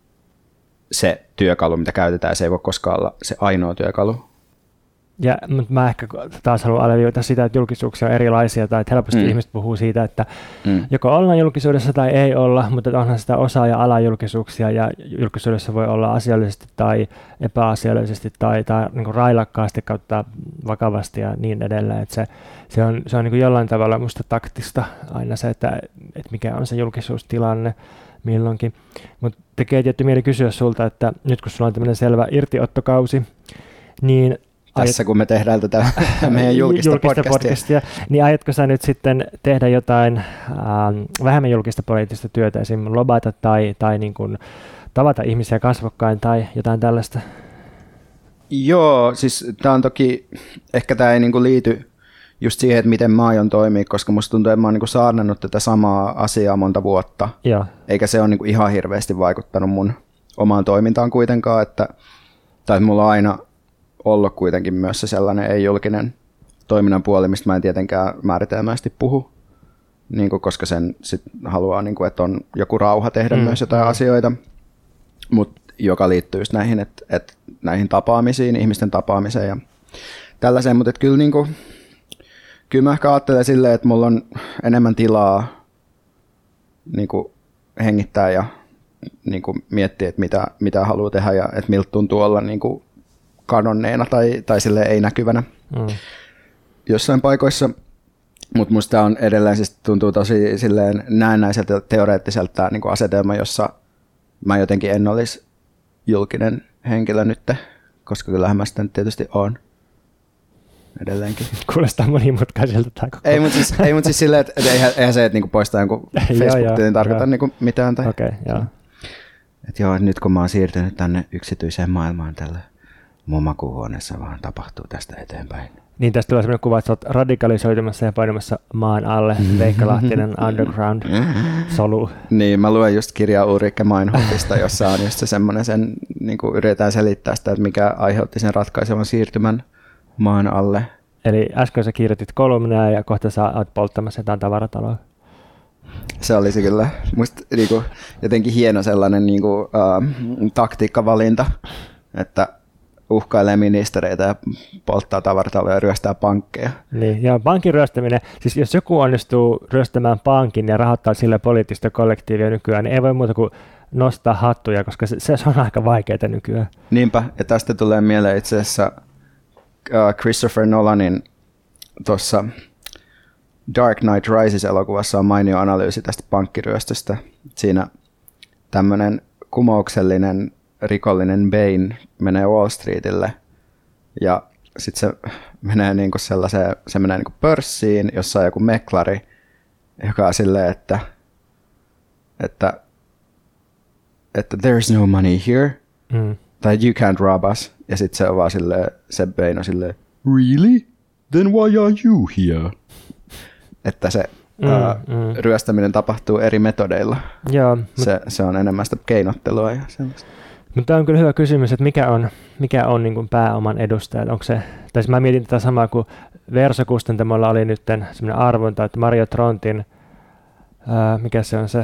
se työkalu, mitä käytetään, se ei voi koskaan olla se ainoa työkalu. Ja, mutta mä ehkä taas haluan alleviivata sitä, että julkisuuksia on erilaisia, tai että helposti ihmiset puhuu siitä, että joko ollaan julkisuudessa tai ei olla, mutta onhan sitä osa- ja alajulkisuuksia, ja julkisuudessa voi olla asiallisesti tai epäasiallisesti tai niin kuin railakkaasti kautta vakavasti ja niin edelleen. Että se on niin kuin jollain tavalla musta taktista aina se, että mikä on se julkisuustilanne milloinkin. Mutta tekee tietty mieli kysyä sulta, että nyt kun sulla on tämmöinen selvä irtiottokausi, niin tässä kun me tehdään tätä meidän julkista podcastia, niin aiotko sä nyt sitten tehdä jotain vähemmän julkista poliittista työtä, esimerkiksi lobata tai niin kuin tavata ihmisiä kasvokkain tai jotain tällaista? Joo, siis tämä on toki, ehkä tämä ei niinku liity just siihen, että miten mä aion toimia, koska musta tuntuu, että mä oon niinku saarnannut tätä samaa asiaa monta vuotta, Joo. Eikä se ole niinku ihan hirveästi vaikuttanut mun omaan toimintaan kuitenkaan, tai mulla on aina ollut kuitenkin myös se sellainen ei-julkinen toiminnan puoli, mistä mä en tietenkään määritelmästi puhu, niin kuin, koska sen sit haluaa, niin kuin, että on joku rauha tehdä myös jotain asioita, mutta joka liittyy just näihin, että näihin tapaamisiin, ihmisten tapaamiseen ja tällaiseen, mutta kyllä, niin kuin, kyllä mä ehkä ajattelen silleen, että mulla on enemmän tilaa niin kuin hengittää ja niin kuin miettiä, että mitä haluaa tehdä ja että miltä tuntuu olla niin kuin kadonneena tai sille ei näkyvänä jossain paikoissa, mutta musta tämä on edelleen, siis tuntuu tosi silleen näennäiseltä teoreettiselta niin kuin asetelma, jossa mä jotenkin en olisi julkinen henkilö nyt, koska kyllähän mä sitä nyt tietysti oon edelleenkin. Kuulostaa monimutkaiselta tämä koko. Ei, mutta siis silleen, että eihän se, että niinku poistaa jonkun Facebook-tilin tarkoita niinku mitään. Okei, joo. Että joo, nyt kun mä oon siirtynyt tänne yksityiseen maailmaan tällä mun makuuhuoneessa vaan tapahtuu tästä eteenpäin. Niin tästä tulee sellainen kuva, että sä oot radikalisoitumassa ja painamassa maan alle, Veikka Lahtinen underground-solu. Niin, mä luen just kirjaa Ulrike Meinhofista, jossa on just se semmoinen, niin kuin yritetään selittää sitä, että mikä aiheutti sen ratkaisevan siirtymän maan alle. Eli äsken sä kirjoitit kolumnia ja kohta sä oot polttamassa jotain tavarataloa. Se olisi kyllä musta niinku jotenkin hieno sellainen niinku, taktiikkavalinta, että uhkailee ministereitä ja polttaa tavarataloja ja ryöstää pankkeja. Niin, ja pankin ryöstäminen, siis jos joku onnistuu ryöstämään pankin ja rahoittaa sille poliittista kollektiivia nykyään, niin ei voi muuta kuin nostaa hattuja, koska se on aika vaikeaa nykyään. Niinpä, ja tästä tulee mieleen itse asiassa Christopher Nolanin tuossa Dark Knight Rises-elokuvassa on mainio analyysi tästä pankkiryöstöstä. Siinä tämmöinen kumouksellinen rikollinen Bane menee Wall Streetille ja sitten se menee niinku sellaiseen, se menee niinku pörssiin, jossa on joku meklari, joka on silleen, että there's no money here, tai you can't rob us, ja sitten se on vaan silleen, se Bane on silleen, really? Then why are you here? Että se ryöstäminen tapahtuu eri metodeilla. Joo, se on enemmän sitä keinottelua ja sellaista. Mutta tämä on kyllä hyvä kysymys, että mikä on niin kuin pääoman edustaja. Onko se, tai mä mietin tätä samaa kuin Verso-kustantamolla oli nyt sellainen arvonta, että Mario Trontin, mikä se on se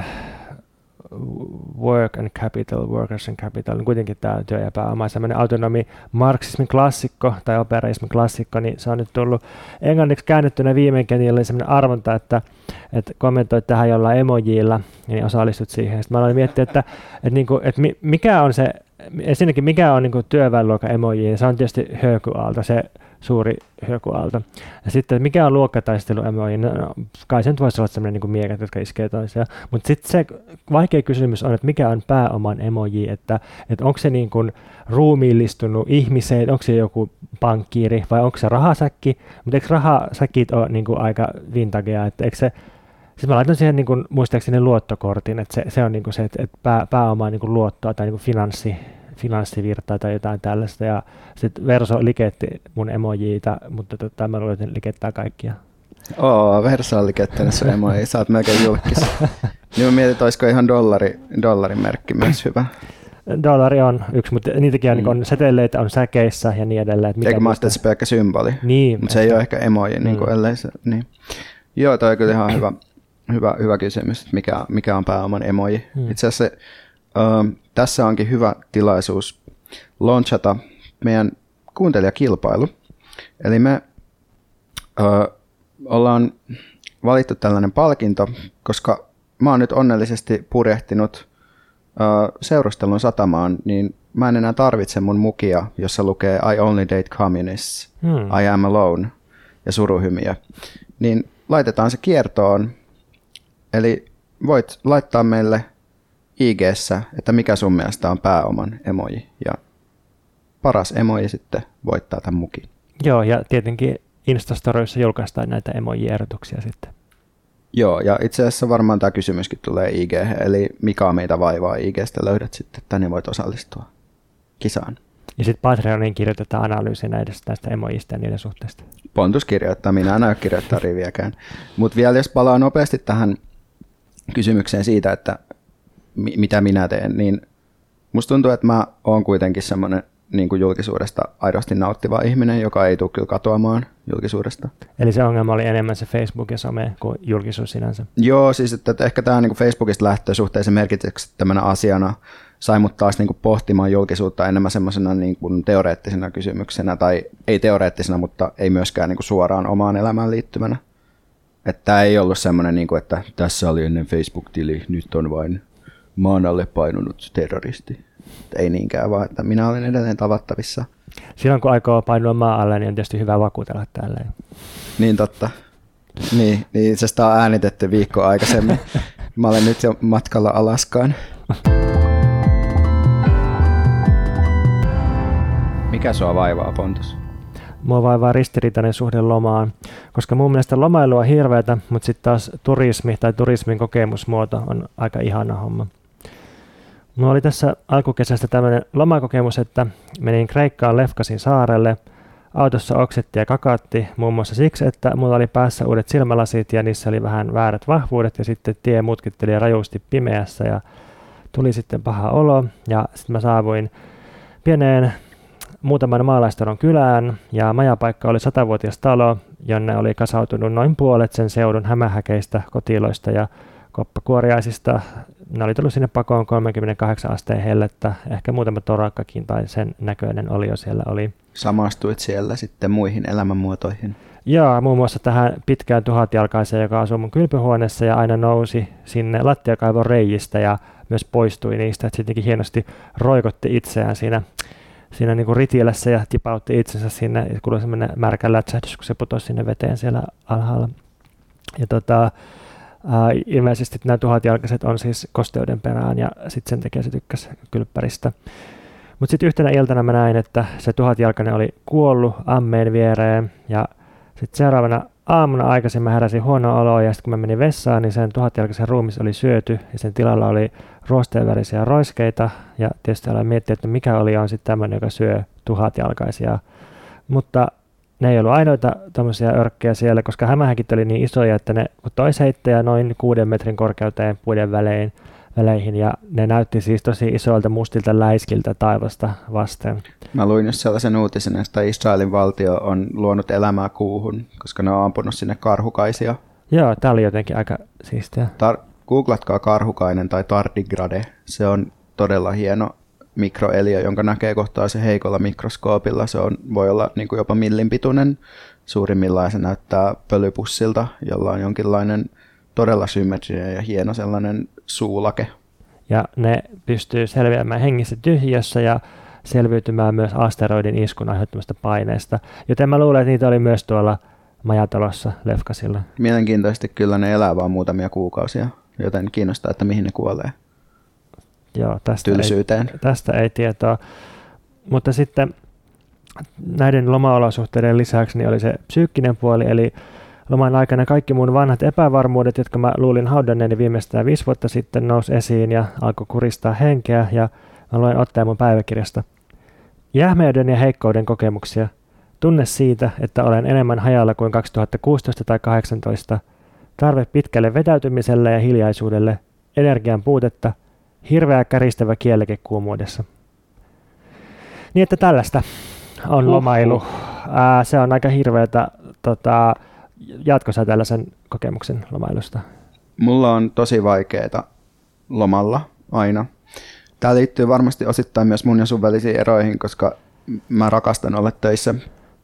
Work and Capital, Workers and Capital, niin kuitenkin tämä työ ja pääoma, sellainen autonomi marksismin klassikko tai operaismin klassikko, niin se on nyt tullut englanniksi käännettynä viimeinkin, niin oli sellainen arvonta, että kommentoit tähän jollain emojilla, niin osallistut siihen. Sitten mä aloin miettiä, että mikä on se ensinnäkin mikä on niin kuin työväenluokan emoji, se on tietysti hyökyaalto, se suuri hyökyaalto. Ja sitten mikä on luokkataistelu emoji, no, kai se nyt voisi olla sellainen niin miekat, jotka iskee toisiaan. Mutta sitten se vaikea kysymys on, että mikä on pääoman emoji, että onko se niin kuin ruumiillistunut ihmiseen, onko se joku pankkiiri vai onko se rahasäkki, mutta eikö rahasäkit ole niin kuin aika vintagea, että eikö se. Sitten mä laitan siihen niin kuin, muistaakseni luottokortin, että se on niin kuin se, että pääoma on niin kuin luottoa tai niin kuin finanssivirtaa tai jotain tällaista. Ja sitten Verso liketti mun emojiita, mutta mä luulen, että ne likettää kaikkia. Verso on likettänyt sun emoji, sä oot melkein julkis. Niin mä mietin, että olisiko ihan dollarimerkki myös hyvä. Dollari on yksi, mutta niitäkin on, niin on seteleitä, on säkeissä ja niin edelleen. Eikö mä ajattelin, että se pelkkä symboli? Niin. Mutta se ei ole ehkä emoji, niin kuin ellei se. Niin. Joo, toi on kyllä ihan hyvä kysymys, että mikä on pääoman emoji. Itse asiassa tässä onkin hyvä tilaisuus launchata meidän kuuntelijakilpailu. Eli me ollaan valittu tällainen palkinto, koska mä oon nyt onnellisesti purjehtinut seurustelun satamaan, niin mä en enää tarvitse mun mukia, jossa lukee I only date communists, I am alone ja suruhymiä. Niin laitetaan se kiertoon. Eli voit laittaa meille IG:ssä, että mikä sun mielestä on pääoman emoji. Ja paras emoji sitten voittaa tämän mukin. Joo, ja tietenkin Instastoryissa julkaistaan näitä emoji-ehdotuksia sitten. Joo, ja itse asiassa varmaan tämä kysymyskin tulee IG:hen, eli mikä meitä vaivaa IG:stä löydät sitten, tänne voit osallistua kisaan. Ja sitten Patreoniin kirjoitetaan analyysi näistä emojista ja niiden suhteesta. Pontus kirjoittaa, minä en aio kirjoittaa riviäkään. Mutta vielä jos palaa nopeasti tähän kysymykseen siitä, että mitä minä teen, niin musta tuntuu, että mä oon kuitenkin semmoinen niin kuin julkisuudesta aidosti nauttiva ihminen, joka ei tule kyllä katoamaan julkisuudesta. Eli se ongelma oli enemmän se Facebook ja some kuin julkisuus sinänsä? Joo, siis että ehkä tämä niin Facebookista lähtö suhteellisen merkityksettömänä asiana sai mut taas niin kuin pohtimaan julkisuutta enemmän semmoisena niin kuin teoreettisena kysymyksenä, tai ei teoreettisena, mutta ei myöskään niin kuin suoraan omaan elämään liittymänä. Että tämä ei ollut semmoinen, niin kuin, että tässä oli ennen Facebook-tili, nyt on vain maan alle painunut terroristi. Että ei niinkään, vaan että minä olen edelleen tavattavissa. Silloin kun aikoo painua maan alle, niin on tietysti hyvä vakuutella tälleen. Niin totta. Niin itse asiassa on äänitetty viikkoa aikaisemmin. Mä olen nyt jo matkalla Alaskaan. Mikä sua vaivaa, Pontus? Mua vaivaa ristiriitainen suhde lomaan, koska mun mielestä lomailu on hirveätä, mutta sitten taas turismi tai turismin kokemusmuoto on aika ihana homma. Mulla oli tässä alkukesästä tämmöinen lomakokemus, että menin Kreikkaan Lefkasin saarelle. Autossa oksetti ja kakatti muun muassa siksi, että mulla oli päässä uudet silmälasit ja niissä oli vähän väärät vahvuudet ja sitten tie mutkitteli rajusti pimeässä ja tuli sitten paha olo. Ja sitten mä saavuin pieneen muutaman maalaistalon kylään ja majapaikka oli 100-vuotias talo, jonne oli kasautunut noin puolet sen seudun hämähäkeistä, kotiloista ja koppakuoriaisista. Ne oli tullut sinne pakoon 38 asteen hellettä, ehkä muutama torakkakin tai sen näköinen oli jo siellä oli. Samastuit siellä sitten muihin elämänmuotoihin? Joo, muun muassa tähän pitkään 1000-jalkaiseen, joka asui mun kylpyhuoneessa ja aina nousi sinne lattiakaivon reijistä ja myös poistui niistä. Että sittenkin hienosti roikotti itseään siinä niin kuin ritilässä ja tipautti itsensä sinne. Kuului semmoinen märkä lätsähdys, kun se putosi sinne veteen siellä alhaalla. Ja ilmeisesti nämä 1000-jalkaiset on siis kosteuden perään ja sitten sen takia se tykkäsi kylppäristä. Mutta sitten yhtenä iltana mä näin, että se 1000-jalkainen oli kuollut ammeen viereen ja sitten seuraavana aamuna aikaisin mä heräsin huonoa oloa ja sitten kun mä menin vessaan, niin sen 1000-jalkaisen ruumis oli syöty ja sen tilalla oli ruosteenvärisiä roiskeita ja tietysti aloin miettiä, että mikä on sitten tämmöinen, joka syö 1000-jalkaisia. Mutta ne ei ollut ainoita tämmöisiä örkkejä siellä, koska hämähäkit oli niin isoja, että ne tois heittejä noin 6 metrin korkeuteen puiden väleihin ja ne näytti siis tosi isoilta mustilta läiskiltä taivasta vasten. Mä luin just sellaisen uutisen, että Israelin valtio on luonut elämää kuuhun, koska ne on ampunut sinne karhukaisia. Joo, tää oli jotenkin aika siistiä. Googlatkaa karhukainen tai tardigrade. Se on todella hieno mikroeliö, jonka näkee kohtaa se heikolla mikroskoopilla. Se voi olla niin kuin jopa millin pituinen suurimmillaan. Se näyttää pölypussilta, jolla on jonkinlainen todella symmetrinen ja hieno sellainen suulake. ja ne pystyy selviämään hengissä tyhjiössä ja selviytymään myös asteroidin iskun aiheuttamasta paineesta. Joten mä luulen, että niitä oli myös tuolla majatalossa Lefkasilla. Mielenkiintoisesti kyllä ne elää vaan muutamia kuukausia, joten kiinnostaa, että mihin ne kuolee. Joo, tästä ei tietoa. Mutta sitten näiden lomaolosuhteiden lisäksi niin oli se psyykkinen puoli, eli loman aikana kaikki mun vanhat epävarmuudet, jotka mä luulin haudanneeni viimeistään 5 vuotta sitten, nousi esiin ja alkoi kuristaa henkeä, ja mä luen otteen mun päiväkirjasta. Jähmeyden ja heikkouden kokemuksia. Tunne siitä, että olen enemmän hajalla kuin 2016 tai 2018. Tarve pitkälle vetäytymiselle ja hiljaisuudelle. Energian puutetta. Hirveä käristävä kieleke kuumuudessa. Niin että tällaista on lomailu. Se on aika hirveätä. Jatko sä tällaisen kokemuksen lomailusta? Mulla on tosi vaikeaa lomalla aina. Tämä liittyy varmasti osittain myös mun ja sun välisiin eroihin, koska mä rakastan olla töissä.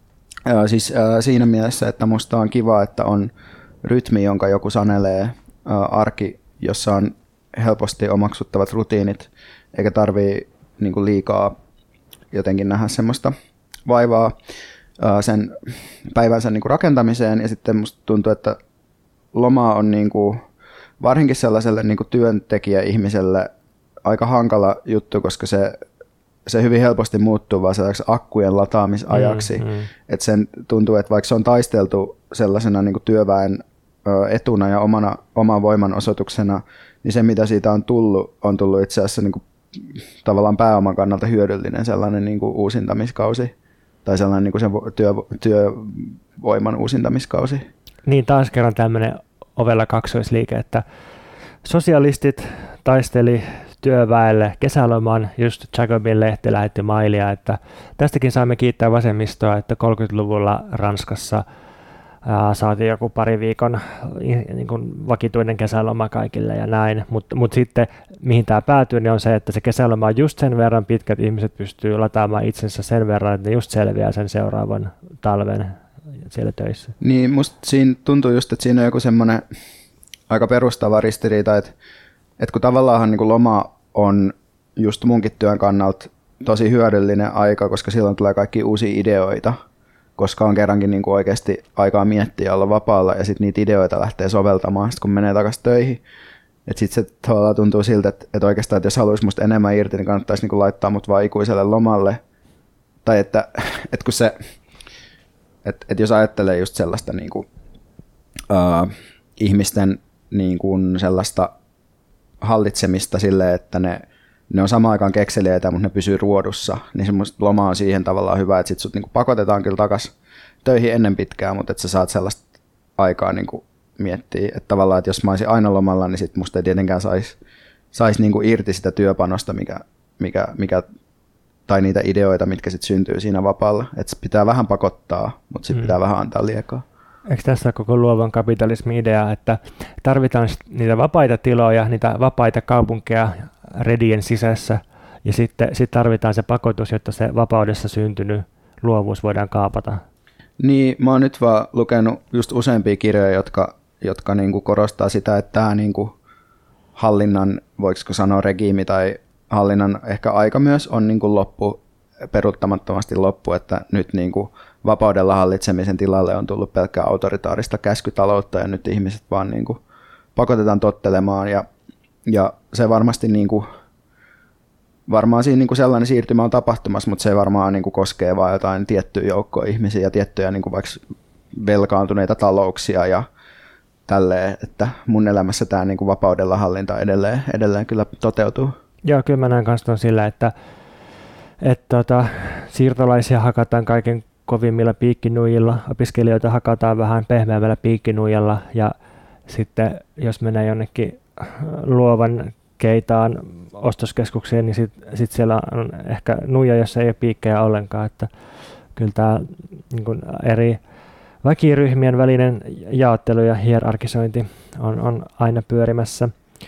Siinä mielessä, että musta on kiva, että on rytmi, jonka joku sanelee, arki, jossa on helposti omaksuttavat rutiinit, eikä tarvii niinku liikaa jotenkin nähdä semmoista vaivaa sen päivänsä niinku rakentamiseen. Ja sitten musta tuntuu, että loma on niinku, varsinkin sellaiselle niinku työntekijä-ihmiselle aika hankala juttu, koska se hyvin helposti muuttuu vaan sellaiseksi akkujen lataamisajaksi. Että sen tuntuu, että vaikka se on taisteltu sellaisena niin kuin työväen etuna ja oman voiman osoituksena, niin se mitä siitä on tullut itse asiassa niin kuin tavallaan pääoman kannalta hyödyllinen sellainen niin kuin uusintamiskausi tai sellainen niin kuin sen työvoiman uusintamiskausi. Niin, taas kerran tämmöinen ovella kaksoisliike, että sosialistit taisteli työväelle kesäloman, just Jacobin lehti lähetti mailia, että tästäkin saamme kiittää vasemmistoa, että 30-luvulla Ranskassa saatiin joku pari viikon niin kuin vakituinen kesäloma kaikille ja näin, mutta sitten mihin tämä päätyy, niin on se, että se kesäloma on just sen verran pitkä, että ihmiset pystyy lataamaan itsensä sen verran, että ne just selviää sen seuraavan talven siellä töissä. Niin, musta siinä tuntuu just, että siinä on joku semmoinen aika perustava ristiriita, että kun tavallaan niin loma on just munkin työn kannalta tosi hyödyllinen aika, koska silloin tulee kaikki uusia ideoita, koska on kerrankin niin oikeasti aikaa miettiä ja olla vapaalla ja sitten niitä ideoita lähtee soveltamaan, sit kun menee takaisin töihin. Sitten se tavallaan tuntuu siltä, että oikeastaan, että jos haluaisi musta enemmän irti, niin kannattaisi niin laittaa mut vaan ikuiselle lomalle. Tai että kun se, että jos ajattelee just sellaista niin kuin, ihmisten niin kuin sellaista hallitsemista silleen, että ne on samaan aikaan kekseliäitä, mutta ne pysyy ruodussa, niin semmoista loma on siihen tavallaan hyvä, että sit sut niinku pakotetaan kyllä takaisin töihin ennen pitkään, mutta että sä saat sellaista aikaa niinku miettiä, että tavallaan, että jos mä olisin aina lomalla, niin sit musta ei tietenkään saisi niinku irti sitä työpanosta, mikä tai niitä ideoita, mitkä sit syntyy siinä vapaalla, että pitää vähän pakottaa, mutta sit pitää vähän antaa liekaa. Eikö tässä ole koko luovan kapitalismin idea, että tarvitaan niitä vapaita tiloja, niitä vapaita kaupunkeja redien sisässä, ja sitten tarvitaan se pakotus, jotta se vapaudessa syntynyt luovuus voidaan kaapata? Niin, mä oon nyt vaan lukenut just useampia kirjoja, jotka niinku korostaa sitä, että tämä niinku hallinnan, voiko sanoa regiimi tai hallinnan ehkä aika myös on niinku loppu, peruuttamattomasti loppu, että nyt niinku vapaudella hallitsemisen tilalle on tullut pelkkää autoritaarista käskytaloutta ja nyt ihmiset vaan niinku pakotetaan tottelemaan ja se varmasti niinku, varmaan siinä niinku sellainen siirtymä on tapahtumassa, mutta se varmaan niinku koskee vain jotain tiettyä joukkoa ihmisiä ja tiettyjä niinku vaikka velkaantuneita talouksia ja tälleen, että mun elämässä tämä niinku vapaudella hallinta edelleen kyllä toteutuu. Joo, kyllä mä näen kanssa sillä, että siirtolaisia hakataan kaiken kovimmilla piikkinuijilla, opiskelijoita hakataan vähän pehmeämmällä piikkinuijalla ja sitten jos menee jonnekin luovan keitaan ostoskeskukseen, niin sit siellä on ehkä nuija, jossa ei ole piikkejä ollenkaan, että kyllä tämä niin kuin eri väkiryhmien välinen jaottelu ja hierarkisointi on aina pyörimässä.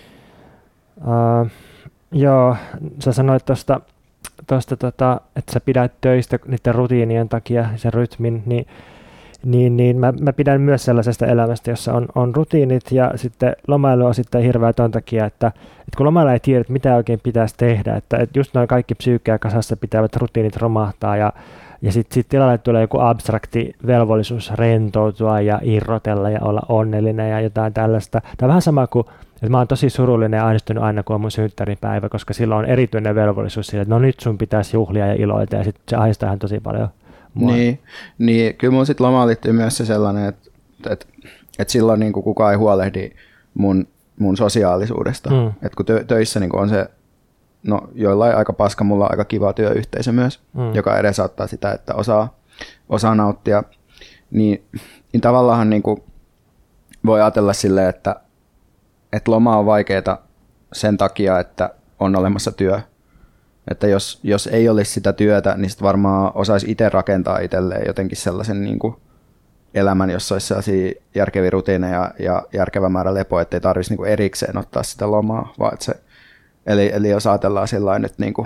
Joo, sä sanoit tuosta, että sä pidät töistä niiden rutiinien takia, sen rytmin, niin niin mä pidän myös sellaisesta elämästä, jossa on rutiinit ja sitten lomailu on sitten hirveä ton takia, että kun lomailla ei tiedä, että mitä oikein pitäisi tehdä, että just noin kaikki psyykkeä kasassa pitävät rutiinit romahtaa ja sitten tilalle tulee joku abstrakti velvollisuus rentoutua ja irrotella ja olla onnellinen ja jotain tällaista. Tämä on vähän sama kuin, että mä oon tosi surullinen ja ahdistunut aina, kun on mun synttäripäivä, koska silloin on erityinen velvollisuus sille, että no nyt sun pitäisi juhlia ja iloita ja sitten se ahdistaa ihan tosi paljon mua. Niin, kyllä mun sitten lomaan liittyy myös se sellainen, että silloin niin kuin kukaan ei huolehdi mun sosiaalisuudesta. Että kun töissä niin kuin on se, no joillain aika paska, mulla on aika kiva työyhteisö myös, joka edesauttaa sitä, että osaa nauttia, niin tavallaan niin kuin voi ajatella silleen, että loma on vaikeaa sen takia, että on olemassa työ. Että jos ei olisi sitä työtä, niin sitten varmaan osaisi itse rakentaa itselleen jotenkin sellaisen niin kuin elämän, jossa olisi sellaisia järkeviä rutiineja ja järkevä määrä lepoa, ettei tarvitsisi niin kuin erikseen ottaa sitä lomaa, vaan että eli jos ajatellaan sillain nyt niin kuin,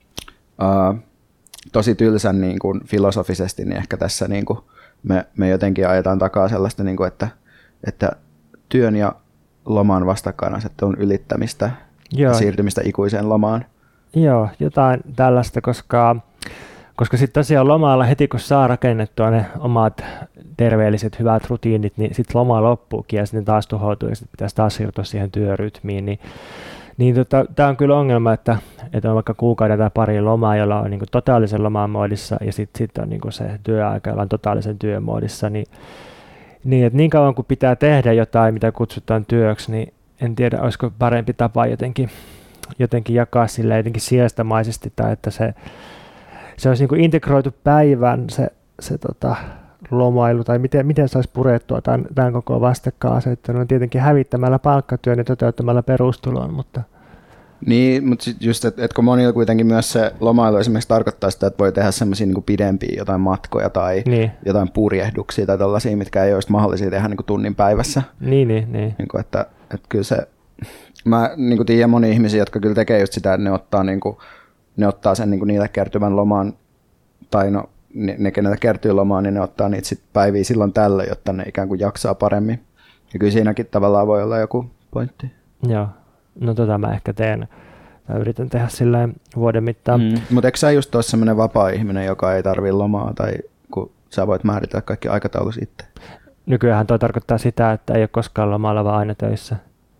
tosi tylsän niin kuin filosofisesti, niin ehkä tässä niin kuin me jotenkin ajetaan takaa sellaista, niin kuin, että työn ja loman vastakkainasettelun ylittämistä ja siirtymistä ikuiseen lomaan. Joo, jotain tällaista, koska sitten tosiaan lomalla heti kun saa rakennettua ne omat terveelliset hyvät rutiinit, niin sitten loma loppuukin ja sitten taas tuhoutuu ja sitten pitäisi taas siirtyä siihen työrytmiin. Niin tämä on kyllä ongelma, että on vaikka kuukauden tai pari lomaa, jolla on niin totaalisen loman moodissa ja sitten on niin se työaika, jolla on totaalisen työmoodissa. Niin, että niin kauan kun pitää tehdä jotain, mitä kutsutaan työksi, niin en tiedä, olisiko parempi tapa jotenkin jakaa sille jotenkin siestamaisesti tai että se olisi niin kuin integroitu päivän se lomailu tai miten saisi purettua tämän koko vastakkainasettelun tietenkin hävittämällä palkkatyön ja toteuttamalla perustulon, mutta niin, mutta just, että kun monilla kuitenkin myös se lomailu esimerkiksi tarkoittaa sitä, että voi tehdä semmoisia niin kuin pidempiä jotain matkoja tai jotain purjehduksia tai tällaisia, mitkä ei olisi mahdollisia tehdä niin kuin tunnin päivässä. Niin. Niin kuin, että kyllä se, mä niin kuin tiedän monia ihmisiä, jotka kyllä tekee just sitä, että ne ottaa sen niin kuin niille kertyvän loman, tai no ne kenelle kertyy lomaan, niin ne ottaa niitä sit päiviä silloin tällöin, jotta ne ikään kuin jaksaa paremmin. Ja kyllä siinäkin tavallaan voi olla joku pointti. Joo, no mä ehkä teen. Mä yritän tehdä silleen vuoden mittaan. Mutta eikö sä just ole semmoinen vapaa-ihminen, joka ei tarvitse lomaa, tai kun sä voit määritellä kaikki aikataulus itse? Nykyäänhän toi tarkoittaa sitä, että ei ole koskaan lomalla, vaan aina töissä.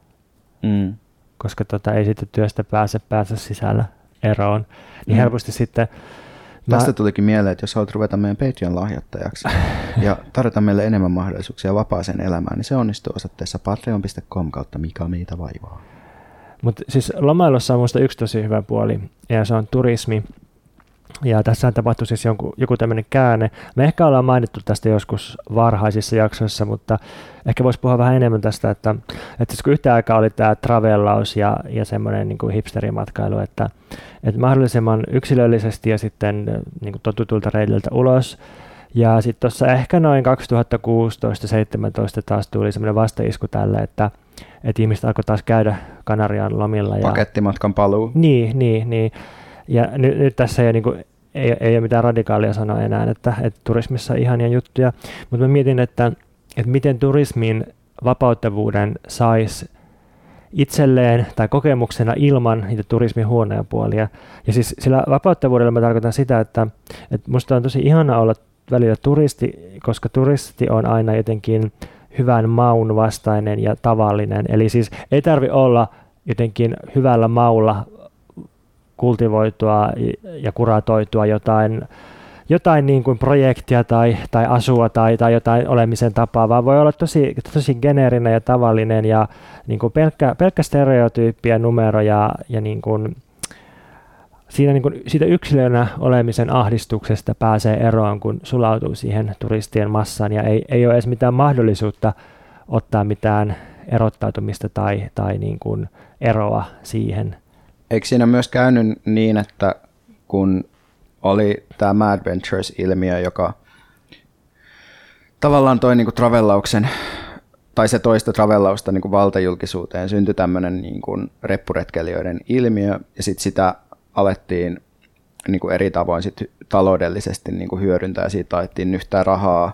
Koska ei siitä työstä pääse sisällä eroon. Niin helposti sitten tästä tulikin mieleen, että jos haluat ruveta meidän Patreon-lahjoittajaksi ja tarjota meille enemmän mahdollisuuksia vapaaseen elämään, niin se onnistuu osoitteessa patreon.com/mikä meitä vaivaa. Mutta siis lomailussa on minusta yksi tosi hyvä puoli, ja se on turismi. Ja tässä tapahtui siis joku tämmöinen käänne. Me ehkä ollaan mainittu tästä joskus varhaisissa jaksoissa, mutta ehkä voisi puhua vähän enemmän tästä, että siis kun yhtä aikaa oli tämä travellaus ja semmoinen niin kuin hipsterimatkailu, että mahdollisimman yksilöllisesti ja sitten niin kuin totutulta reililtä ulos. Ja sitten tuossa ehkä noin 2016-2017 taas tuli semmoinen vastaisku tälle, että ihmiset alkoi taas käydä Kanarian lomilla. Pakettimatkan paluu. Niin. Ja nyt tässä ei ole mitään radikaalia sanoa enää, että turismissa on ihania juttuja, mutta mä mietin, että miten turismin vapauttavuuden saisi itselleen tai kokemuksena ilman niitä turismin huonoja puolia. Ja siis sillä vapauttavuudella mä tarkoitan sitä, että musta on tosi ihana olla välillä turisti, koska turisti on aina jotenkin hyvän maun vastainen ja tavallinen. Eli siis ei tarvi olla jotenkin hyvällä maulla kultivoitua ja kuratoitua jotain niin kuin projektia tai asua tai jotain olemisen tapaa, vaan voi olla tosi geneerinen ja tavallinen ja niin kuin pelkkä stereotyyppi ja numero ja niin kuin siinä niin kuin siitä yksilönä olemisen ahdistuksesta pääsee eroon, kun sulautuu siihen turistien massaan ja ei ole edes mitään mahdollisuutta ottaa mitään erottautumista tai niin kuin eroa siihen. Eikö siinä myös käynyt niin, että kun oli tämä Mad Ventures-ilmiö, joka tavallaan toi niinku travellauksen, tai se toista travellausta niinku valtajulkisuuteen, syntyi tämmöinen niinku reppuretkeilijöiden ilmiö, ja sitten sitä alettiin niinku eri tavoin sit taloudellisesti niinku hyödyntää, ja siitä alettiin nyhtää rahaa,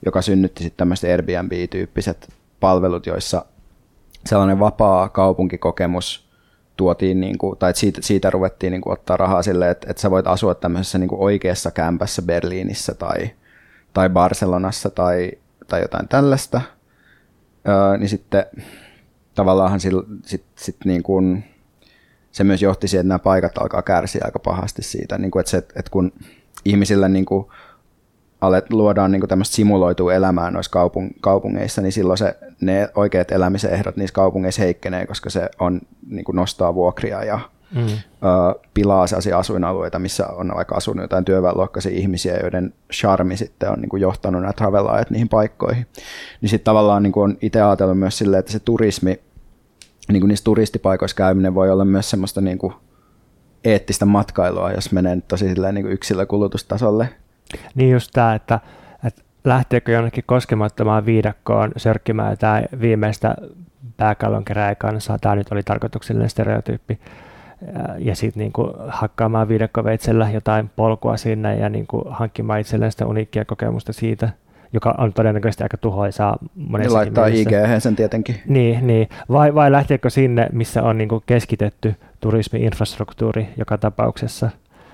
joka synnytti sitten tämmöiset Airbnb-tyyppiset palvelut, joissa sellainen vapaa kaupunkikokemus tuotiin, niin kuin, tai siitä ruvettiin niin kuin, ottaa rahaa silleen, että sä voit asua tämmöisessä niin kuin oikeassa kämpässä Berliinissä tai Barcelonassa tai jotain tällaista, niin sitten tavallaan sit niin kuin, se myös johti siihen, että nämä paikat alkaa kärsiä aika pahasti siitä, niin kuin, että kun ihmisille niin kuin, luodaan niin kuin tämmöistä simuloitua elämää noissa kaupungeissa, niin silloin ne oikeat elämisen ehdot niissä kaupungeissa heikkenee, koska se on, niin kuin nostaa vuokria ja pilaa sellaisia asuinalueita, missä on vaikka asunut jotain työväenluokkaisia ihmisiä, joiden charmi sitten on niin kuin johtanut nämä travel-ajat niihin paikkoihin. Niin sitten tavallaan niin kuin on itse ajatellut myös silleen, että se turismi, niin kuin niissä turistipaikoissa käyminen voi olla myös semmoista niin kuin eettistä matkailua, jos menee tosi silleen niin kuin yksilökulutustasolle. Niin just tämä, että lähteekö jonnekin koskemattomaan viidakkoon sörkkimään jotain viimeistä pääkallonkerää kanssa, tämä nyt oli tarkoituksellinen stereotyyppi, ja sitten niinku hakkaamaan viidakkoveitsellä jotain polkua sinne ja niinku hankkimaan itselleen sitä uniikkia kokemusta siitä, joka on todennäköisesti aika tuhoisaa monessakin laittaa IG sen tietenkin. Niin. Vai lähteekö sinne, missä on niinku keskitetty turismi-infrastruktuuri joka tapauksessa?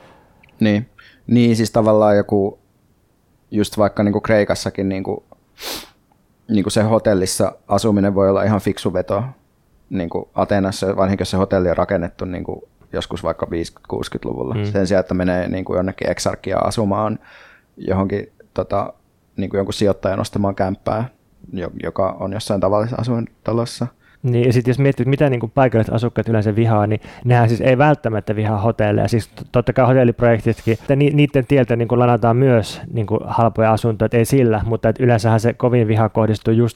Niin, siis tavallaan joku, just vaikka niinku Kreikassakin niinku se hotellissa asuminen voi olla ihan fiksu veto. Niinku Ateenassa, varsinkin jos se hotelli on rakennettu niinku joskus vaikka 50-60-luvulla. Sen sijaan, että menee niinku jonnekin Exarchiaan asumaan johonkin niinku jonkun sijoittajan ostamaan kämppää, joka on jossain tavallisessa asuintalossa. Niin, ja sitten jos miettii, mitä niin paikalliset asukkaat yleensä vihaa, niin nehän siis ei välttämättä vihaa hotelleja. Siis totta kai hotelliprojektitkin, että niiden tieltä niin lanataan myös niin halpoja asuntoja, ei sillä, mutta että yleensähän se kovin viha kohdistuu just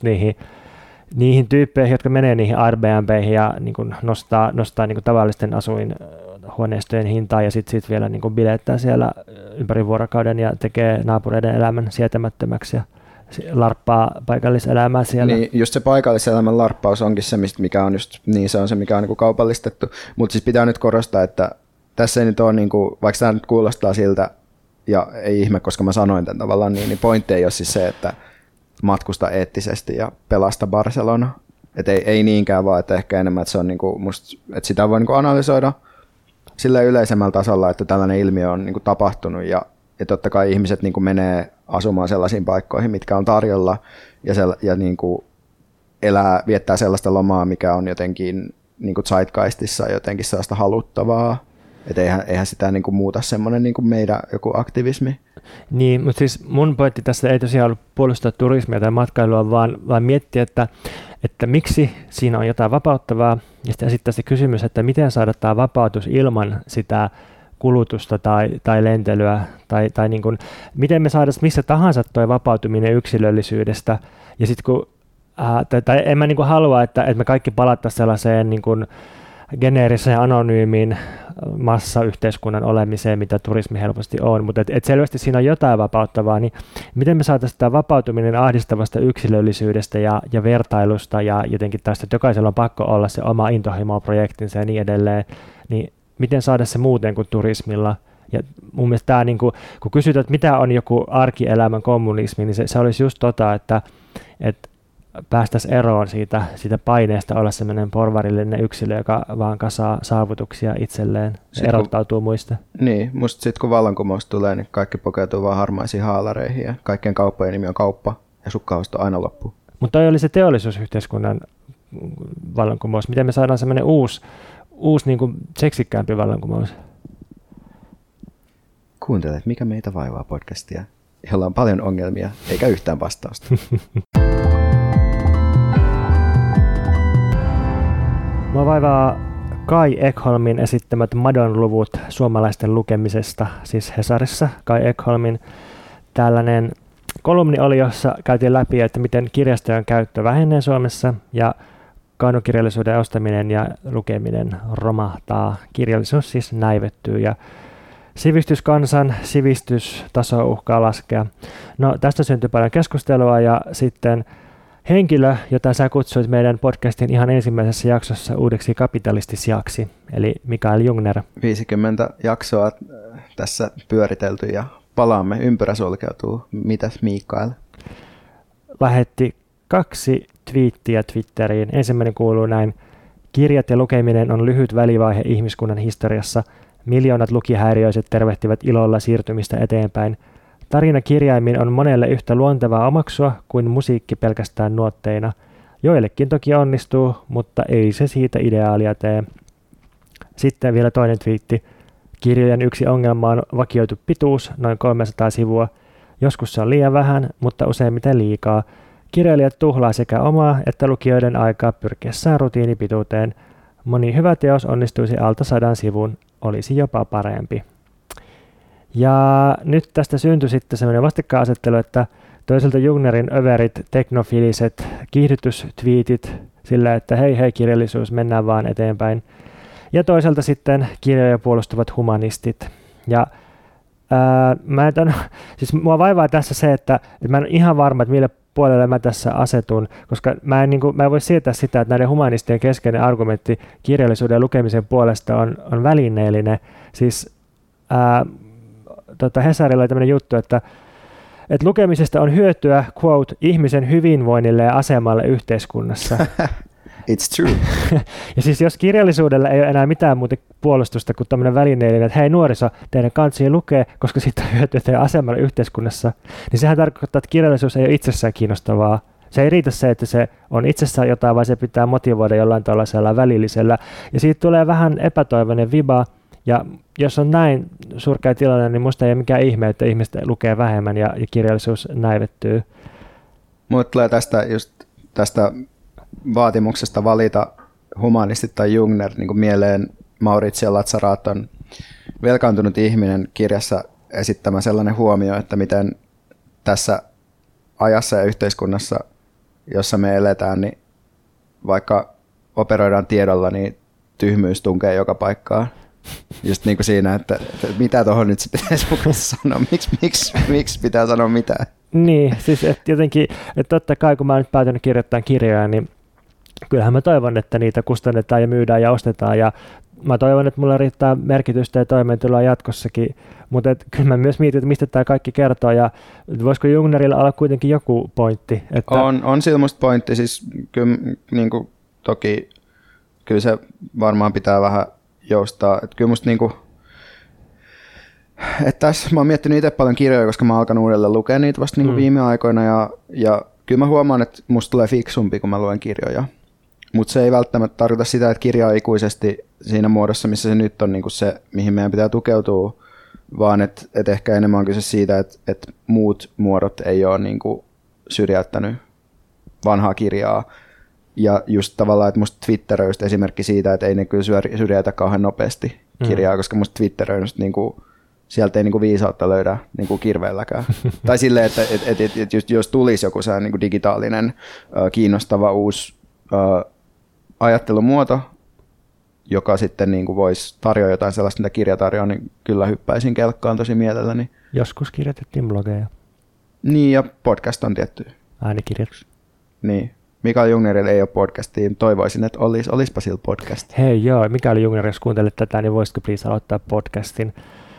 niihin tyyppeihin, jotka menee niihin Airbnb:ihin ja niin nostaa niin tavallisten asuinhuoneistojen hintaa ja sitten vielä niin bilettää siellä ympäri vuorokauden ja tekee naapureiden elämän sietämättömäksi ja larppaa paikalliselämää siellä. Niin, just se paikalliselämän larppaus onkin se, mikä on just, niin se on se, mikä on niin kaupallistettu. Mutta siis pitää nyt korostaa, että tässä ei nyt ole, niin kuin, vaikka tämä nyt kuulostaa siltä, ja ei ihme, koska mä sanoin tämän tavallaan, niin pointti ei ole siis se, että matkusta eettisesti ja pelasta Barcelona. Että ei niinkään vaan, että ehkä enemmän, että se on niin kuin musta, että sitä voi niin kuin analysoida sillä yleisemmällä tasolla, että tällainen ilmiö on niin kuin tapahtunut ja totta kai ihmiset niin kuin menee asumaan sellaisiin paikkoihin, mitkä on tarjolla ja niin kuin viettää sellaista lomaa, mikä on jotenkin niin kuin zeitgeistissa jotenkin sellaista haluttavaa. Että eihän sitä niin kuin muuta semmoinen niin kuin meidän joku aktivismi. Niin, mutta siis mun pointti tässä ei tosiaan ollut puolustaa turismia tai matkailua, vaan miettiä, että miksi siinä on jotain vapauttavaa ja sitten esittää se kysymys, että miten saada tämä vapautus ilman sitä kulutusta tai lentelyä, tai niin kuin, miten me saadaan missä tahansa tuo vapautuminen yksilöllisyydestä, ja sitten kun, tai en mä niin kuin halua, että me kaikki palattaisiin sellaiseen niin kuin geneeriseen anonyymiin massayhteiskunnan olemiseen, mitä turismi helposti on, mutta et selvästi siinä on jotain vapauttavaa, niin miten me saataisiin tämä vapautuminen ahdistavasta yksilöllisyydestä ja vertailusta ja jotenkin tästä, että jokaisella on pakko olla se oma intohimo-projektinsa ja niin edelleen, niin miten saada se muuten kuin turismilla. Ja mun mielestä tämä, niin kun kysytään, että mitä on joku arkielämän kommunismi, niin se olisi just että päästäisiin eroon siitä paineesta olla sellainen porvarillinen yksilö, joka vaan kasaa saavutuksia itselleen ja erottautuu muista. Niin, musta sitten kun vallankumous tulee, niin kaikki pukeutuu vaan harmaisiin haalareihin ja kaikkien kauppojen nimi on kauppa ja sukkausto aina loppuu. Mutta toi oli se teollisuusyhteiskunnan vallankumous. Miten me saadaan sellainen uusi niin kuin seksikkäämpi vallankumous? Kuuntelet, mikä meitä vaivaa podcastia, jolla on paljon ongelmia eikä yhtään vastausta. Mua vaivaa Kai Ekholmin esittämät Madon-luvut suomalaisten lukemisesta, siis Hesarissa. Kai Ekholmin tällainen kolumni oli, jossa käytiin läpi, että miten kirjastojen käyttö vähenee Suomessa ja kaunokirjallisuuden ostaminen ja lukeminen romahtaa. Kirjallisuus siis näivettyy ja sivistyskansan sivistystaso uhkaa laskea. No, tästä syntyi paljon keskustelua ja sitten henkilö, jota sä kutsuit meidän podcastin ihan ensimmäisessä jaksossa uudeksi kapitalistisjaksi, eli Mikael Jungner. 50 jaksoa tässä pyöritelty ja palaamme, ympyrä sulkeutuu. Mitäs Mikael? lähetti 2 twiittiä Twitteriin. Ensimmäinen kuuluu näin: kirjat ja lukeminen on lyhyt välivaihe ihmiskunnan historiassa. Miljoonat lukihäiriöiset tervehtivät ilolla siirtymistä eteenpäin. Tarina kirjaimin on monelle yhtä luontevaa omaksua kuin musiikki pelkästään nuotteina. Joillekin toki onnistuu, mutta ei se siitä ideaalia tee. Sitten vielä toinen twiitti. Kirjojen yksi ongelma on vakioitu pituus, noin 300 sivua. Joskus se on liian vähän, mutta useimmiten liikaa. Kirjailijat tuhlaa sekä omaa että lukijoiden aikaa pyrkiessään rutiinipituuteen. Moni hyvä teos onnistuisi alta 100 sivun, olisi jopa parempi. Ja nyt tästä syntyi sitten sellainen vastakkainasettelu, että toisaalta Jungnerin överit, teknofiliset kiihdytystwiitit sillä, että hei kirjallisuus, mennään vaan eteenpäin. Ja sitten kirjoja puolustavat humanistit. Ja mua vaivaa tässä se, että mä en ihan varma, että mille puolelle mä tässä asetun, koska mä en voi sietää sitä, että näiden humanistien keskeinen argumentti kirjallisuuden ja lukemisen puolesta on välineellinen. Siis Hesarilla oli tämmöinen juttu, että lukemisesta on hyötyä, quote, ihmisen hyvinvoinnille ja asemalle yhteiskunnassa. It's true. Ja siis jos kirjallisuudella ei ole enää mitään muuta puolustusta kuin tämmöinen välineellinen, että hei nuoriso, teidän kansi lukee, koska siitä on hyötyä teidän asemalle yhteiskunnassa, niin sehän tarkoittaa, että kirjallisuus ei ole itsessään kiinnostavaa. Se ei riitä se, että se on itsessään jotain, vaan se pitää motivoida jollain tällaisella välillisellä. Ja siitä tulee vähän epätoivoinen viba, ja jos on näin surkea tilanne, niin musta ei ole mikään ihme, että ihmiset lukee vähemmän ja kirjallisuus näivettyy. Mulle tulee tästä vaatimuksesta valita humanistit tai Jungner niin kuin mieleen Maurizio Lazzaraton Velkaantunut ihminen -kirjassa esittämä sellainen huomio, että miten tässä ajassa ja yhteiskunnassa, jossa me eletään, niin vaikka operoidaan tiedolla, niin tyhmyys tunkee joka paikkaan. Just niin kuin siinä, että mitä tuohon nyt pitäisi mukaan sanoa, miksi pitää sanoa mitään. Niin, siis jotenkin, että totta kai kun mä nyt päätynyt kirjoittamaan kirjoja, niin kyllähän mä toivon, että niitä kustannetaan ja myydään ja ostetaan, ja mä toivon, että mulla riittää merkitystä ja toimeentuloa jatkossakin, mutta kyllä mä myös mietin, että mistä tämä kaikki kertoo, ja voisiko Jungnerilla olla kuitenkin joku pointti? Että on sillä musta pointti, siis kyllä niin kuin, toki kyllä se varmaan pitää vähän joustaa, että kyllä musta niinku, että tässä mä oon miettinyt itse paljon kirjoja, koska mä oon alkanut uudelleen lukea niitä vasta niinku viime aikoina, ja kyllä mä huomaan, että musta tulee fiksumpi, kun mä luen kirjoja, mutta se ei välttämättä tarkoita sitä, että kirja on ikuisesti siinä muodossa, missä se nyt on niinku se, mihin meidän pitää tukeutua, vaan että ehkä enemmän on kyse siitä, että muut muodot ei ole niinku syrjäyttänyt vanhaa kirjaa. Ja just tavallaan, että musta Twitter on just esimerkki siitä, että ei ne kyllä syrjäytä kauhean nopeasti kirjaa, koska musta Twitter on just niinku, sieltä ei niinku viisautta löydä niinku kirveelläkään. Tai silleen, että just jos tulisi joku sellainen niinku digitaalinen, kiinnostava uusi ajattelumuoto, joka sitten niinku voisi tarjoa jotain sellaista, mitä kirja tarjoaa, niin kyllä hyppäisin kelkkaan tosi mielelläni. Joskus kirjoitettiin blogeja. Niin, ja podcast on tietty. Äänikirjoitus. Niin. Mikael Jungnerilla ei ole podcastia. Toivoisin, että olispa sillä podcast. Hei joo, Mikael Jungner, jos kuuntelet tätä, niin voisitko please aloittaa podcastin?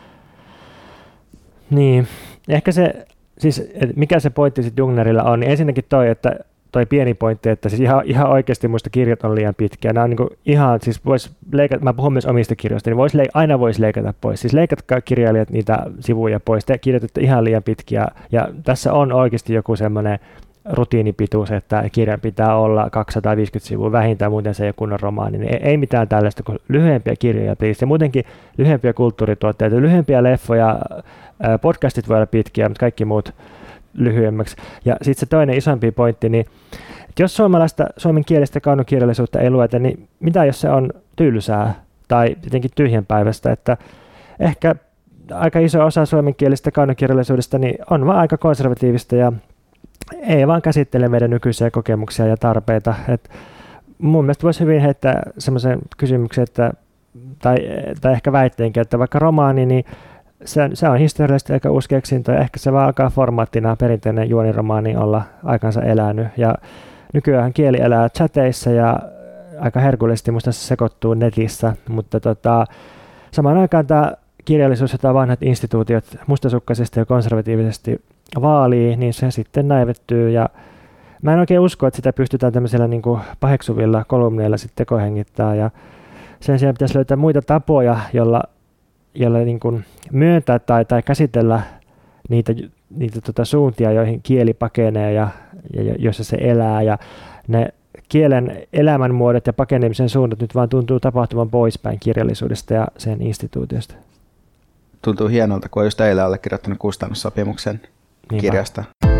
Niin, ehkä se, siis mikä se pointti sitten Jungnerilla on, niin ensinnäkin toi pieni pointti, että siis ihan oikeasti muista kirjat on liian pitkiä. Nämä on niin kuin ihan, siis vois leikata, mä puhun myös omista kirjoista, niin aina voisi leikata pois. Siis leikatkaa kirjailijat niitä sivuja pois, te kirjoitatte ihan liian pitkiä, ja tässä on oikeasti joku semmoinen rutiinipituus, että kirjan pitää olla 250 sivua vähintään, muuten se ei ole kunnon romaani. Niin ei mitään tällaista kuin lyhyempiä kirjoja, please. Ja muutenkin lyhyempiä kulttuurituotteita, lyhyempiä leffoja, podcastit voi olla pitkiä, mutta kaikki muut lyhyemmäksi. Ja sitten se toinen isompi pointti, niin että jos suomenkielistä kaunokirjallisuutta ei lueta, niin mitä jos se on tylsää tai jotenkin tyhjänpäiväistä, että ehkä aika iso osa suomenkielistä kaunokirjallisuudesta niin on vaan aika konservatiivista ja ei vaan käsittele meidän nykyisiä kokemuksia ja tarpeita. Et mun mielestä voisi hyvin heittää semmoisen kysymyksen, että, tai ehkä väitteenkin, että vaikka romaani, niin se on historiallisesti aika uusi keksintö, ja ehkä se vaan alkaa formaattina perinteinen juoniromaani olla aikansa elänyt. Ja nykyään kieli elää chateissa ja aika herkullisesti musta se sekoittuu netissä, mutta samaan aikaan tämä kirjallisuus, jota vanhat instituutiot mustasukkaisesti ja konservatiivisesti vaalii, niin se sitten näivettyy ja mä en oikein usko, että sitä pystytään tämmöisellä niin kuin paheksuvilla kolumneilla sitten tekohengittämään. Ja sen sijaan pitäisi löytää muita tapoja, jolla niin kuin myöntää tai käsitellä niitä suuntia, joihin kieli pakenee ja joissa se elää. Ja ne kielen elämänmuodot ja pakenemisen suunnat nyt vaan tuntuu tapahtuvan poispäin kirjallisuudesta ja sen instituutiosta. Tuntuu hienolta, kun on just eilen allekirjoittanut kustannussopimuksen kirjasta.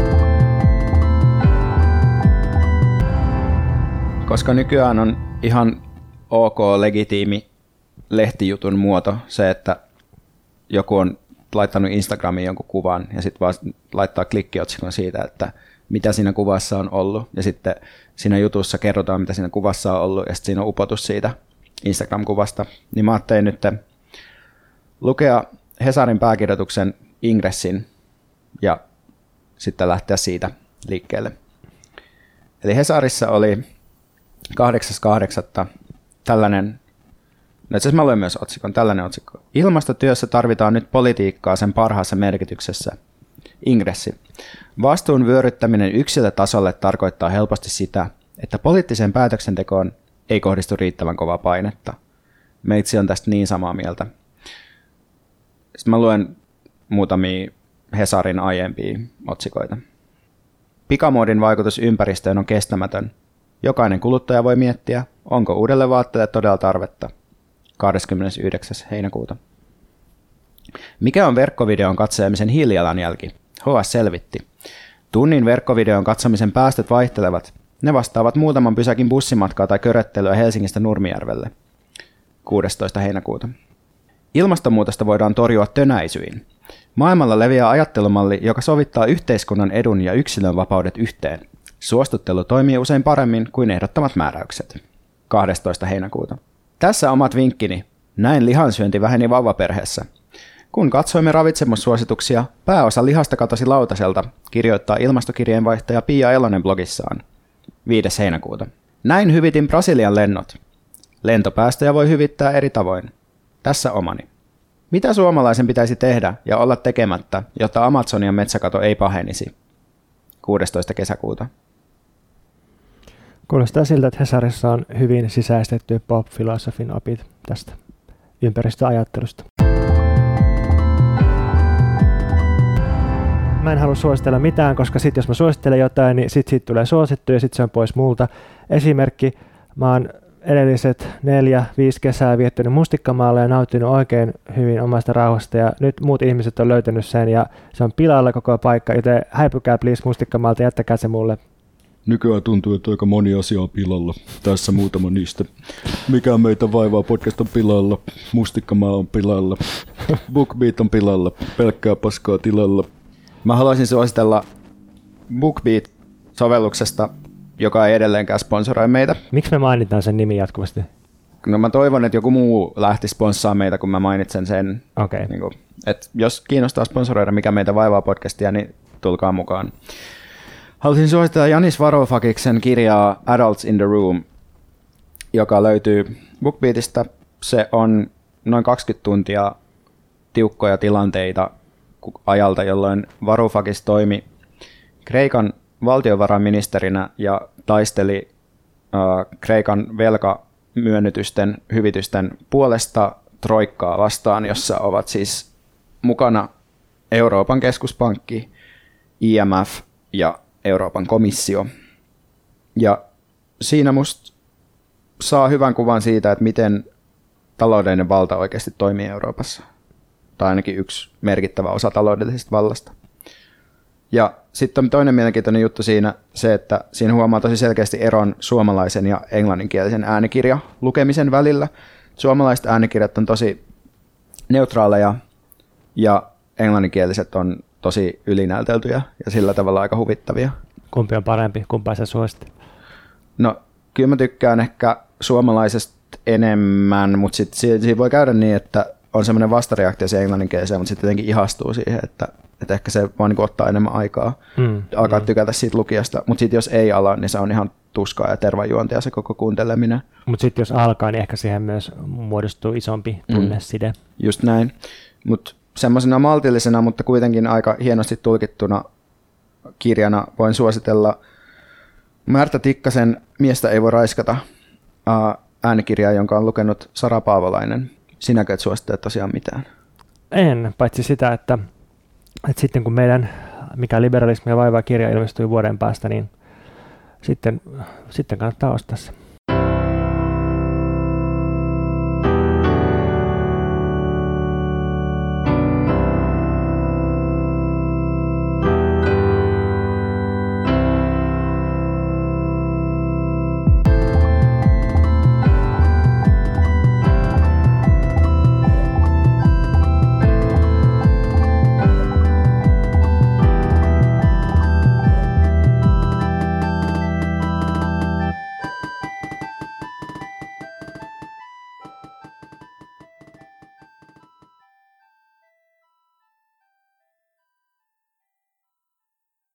Koska nykyään on ihan ok, legitiimi lehtijutun muoto se, että joku on laittanut Instagramiin jonkun kuvan ja sitten vaan laittaa klikkiotsikon siitä, että mitä siinä kuvassa on ollut. Ja sitten siinä jutussa kerrotaan, mitä siinä kuvassa on ollut, ja sitten siinä on upotus siitä Instagram-kuvasta. Niin mä ajattelin nyt lukea Hesarin pääkirjoituksen ingressin ja sitten lähteä siitä liikkeelle. Eli Hesarissa oli 8.8. tällainen, no itse asiassa mä luen myös otsikon, tällainen otsikko. Ilmastotyössä tarvitaan nyt politiikkaa sen parhaassa merkityksessä. Ingressi. Vastuun vyöryttäminen yksilötasolle tarkoittaa helposti sitä, että poliittiseen päätöksentekoon ei kohdistu riittävän kovaa painetta. Meitsi on tästä niin samaa mieltä. Sitten mä luen muutamia Hesarin aiempia otsikoita. Pikamuodin vaikutus ympäristöön on kestämätön. Jokainen kuluttaja voi miettiä, onko uudelle vaatteelle todella tarvetta. 29. heinäkuuta. Mikä on verkkovideon katselemisen hiilijalanjälki? HS selvitti. Tunnin verkkovideon katsomisen päästöt vaihtelevat. Ne vastaavat muutaman pysäkin bussimatkaa tai köröttelyä Helsingistä Nurmijärvelle. 16. heinäkuuta. Ilmastonmuutosta voidaan torjua tönäisyin. Maailmalla leviää ajattelumalli, joka sovittaa yhteiskunnan edun ja yksilön vapaudet yhteen. Suostuttelu toimii usein paremmin kuin ehdottomat määräykset. 12. heinäkuuta. Tässä omat vinkkini. Näin lihansyönti väheni vauvaperheessä. Kun katsoimme ravitsemussuosituksia, pääosa lihasta katosi lautaselta, kirjoittaa ilmastokirjeenvaihtaja Pia Elonen blogissaan. 5. heinäkuuta. Näin hyvitin Brasilian lennot. Lentopäästöjä voi hyvittää eri tavoin. Tässä omani. Mitä suomalaisen pitäisi tehdä ja olla tekemättä, jotta Amazonian metsäkato ei pahenisi? 16. kesäkuuta. Kuulostaa siltä, että Hesarissa on hyvin sisäistetty pop-filosofin opit tästä ympäristöajattelusta. Mä en halua suositella mitään, koska sit jos mä suosittelen jotain, niin sit siitä tulee suosittu ja sit se on pois multa. Esimerkki, mä oon edelliset 4-5 kesää viettänyt Mustikkamaalle ja nauttinut oikein hyvin omasta rauhasta ja nyt muut ihmiset on löytänyt sen ja se on pilalla koko paikka, joten häipykää please Mustikkamaalta ja jättäkää se mulle. Nykyään tuntuu, että aika moni asia on pilalla. Tässä muutama niistä. Mikä meitä vaivaa, podcast on pilalla, Mustikkamaa on pilalla, BookBeat on pilalla, pelkkää paskaa tilalla. Mä haluaisin suositella BookBeat-sovelluksesta, joka ei edelleenkään sponsoroi meitä. Miksi me mainitaan sen nimi jatkuvasti? No mä toivon, että joku muu lähti sponssaamaan meitä, kun mä mainitsen sen. Okay. Niin kuin, että jos kiinnostaa sponsoroida Mikä meitä vaivaa podcastia, niin tulkaa mukaan. Haluaisin suositella Janis Varoufakiksen kirjaa Adults in the Room, joka löytyy BookBeatista. Se on noin 20 tuntia tiukkoja tilanteita ajalta, jolloin Varoufakis toimi Kreikan valtiovarainministerinä ja taisteli Kreikan velkamyönnytysten hyvitysten puolesta troikkaa vastaan, jossa ovat siis mukana Euroopan keskuspankki, IMF ja Euroopan komissio. Ja siinä musta saa hyvän kuvan siitä, että miten taloudellinen valta oikeasti toimii Euroopassa. Tai ainakin yksi merkittävä osa taloudellisesta vallasta. Ja sitten on toinen mielenkiintoinen juttu siinä se, että siinä huomaa tosi selkeästi eron suomalaisen ja englanninkielisen äänikirjan lukemisen välillä. Suomalaiset äänikirjat on tosi neutraaleja ja englanninkieliset on tosi ylinäyteltyjä ja sillä tavalla aika huvittavia. Kumpi on parempi? Kumpaa sä suosittelet? No kyllä mä tykkään ehkä suomalaisesta enemmän, mutta sitten siinä voi käydä niin, että on semmoinen vastareaktio siihen englanninkieliseen, mutta sitten jotenkin ihastuu siihen, että ehkä se vaan niin ottaa enemmän aikaa alkaa tykätä siitä lukijasta. Mutta sitten jos ei ala, niin se on ihan tuskaa ja tervajuontia se koko kuunteleminen. Mutta sitten jos alkaa, niin ehkä siihen myös muodostuu isompi tunneside. Just näin. Mutta semmoisena maltillisena, mutta kuitenkin aika hienosti tulkittuna kirjana voin suositella Märtä Tikkasen Miestä ei voi raiskata äänikirjaa, jonka on lukenut Sara Paavolainen. Sinäkö et suosittele tosiaan mitään? En, paitsi sitä, että sitten kun meidän Mikä liberalismia vaivaa -kirja ilmestyy vuoden päästä, niin sitten kannattaa ostaa se.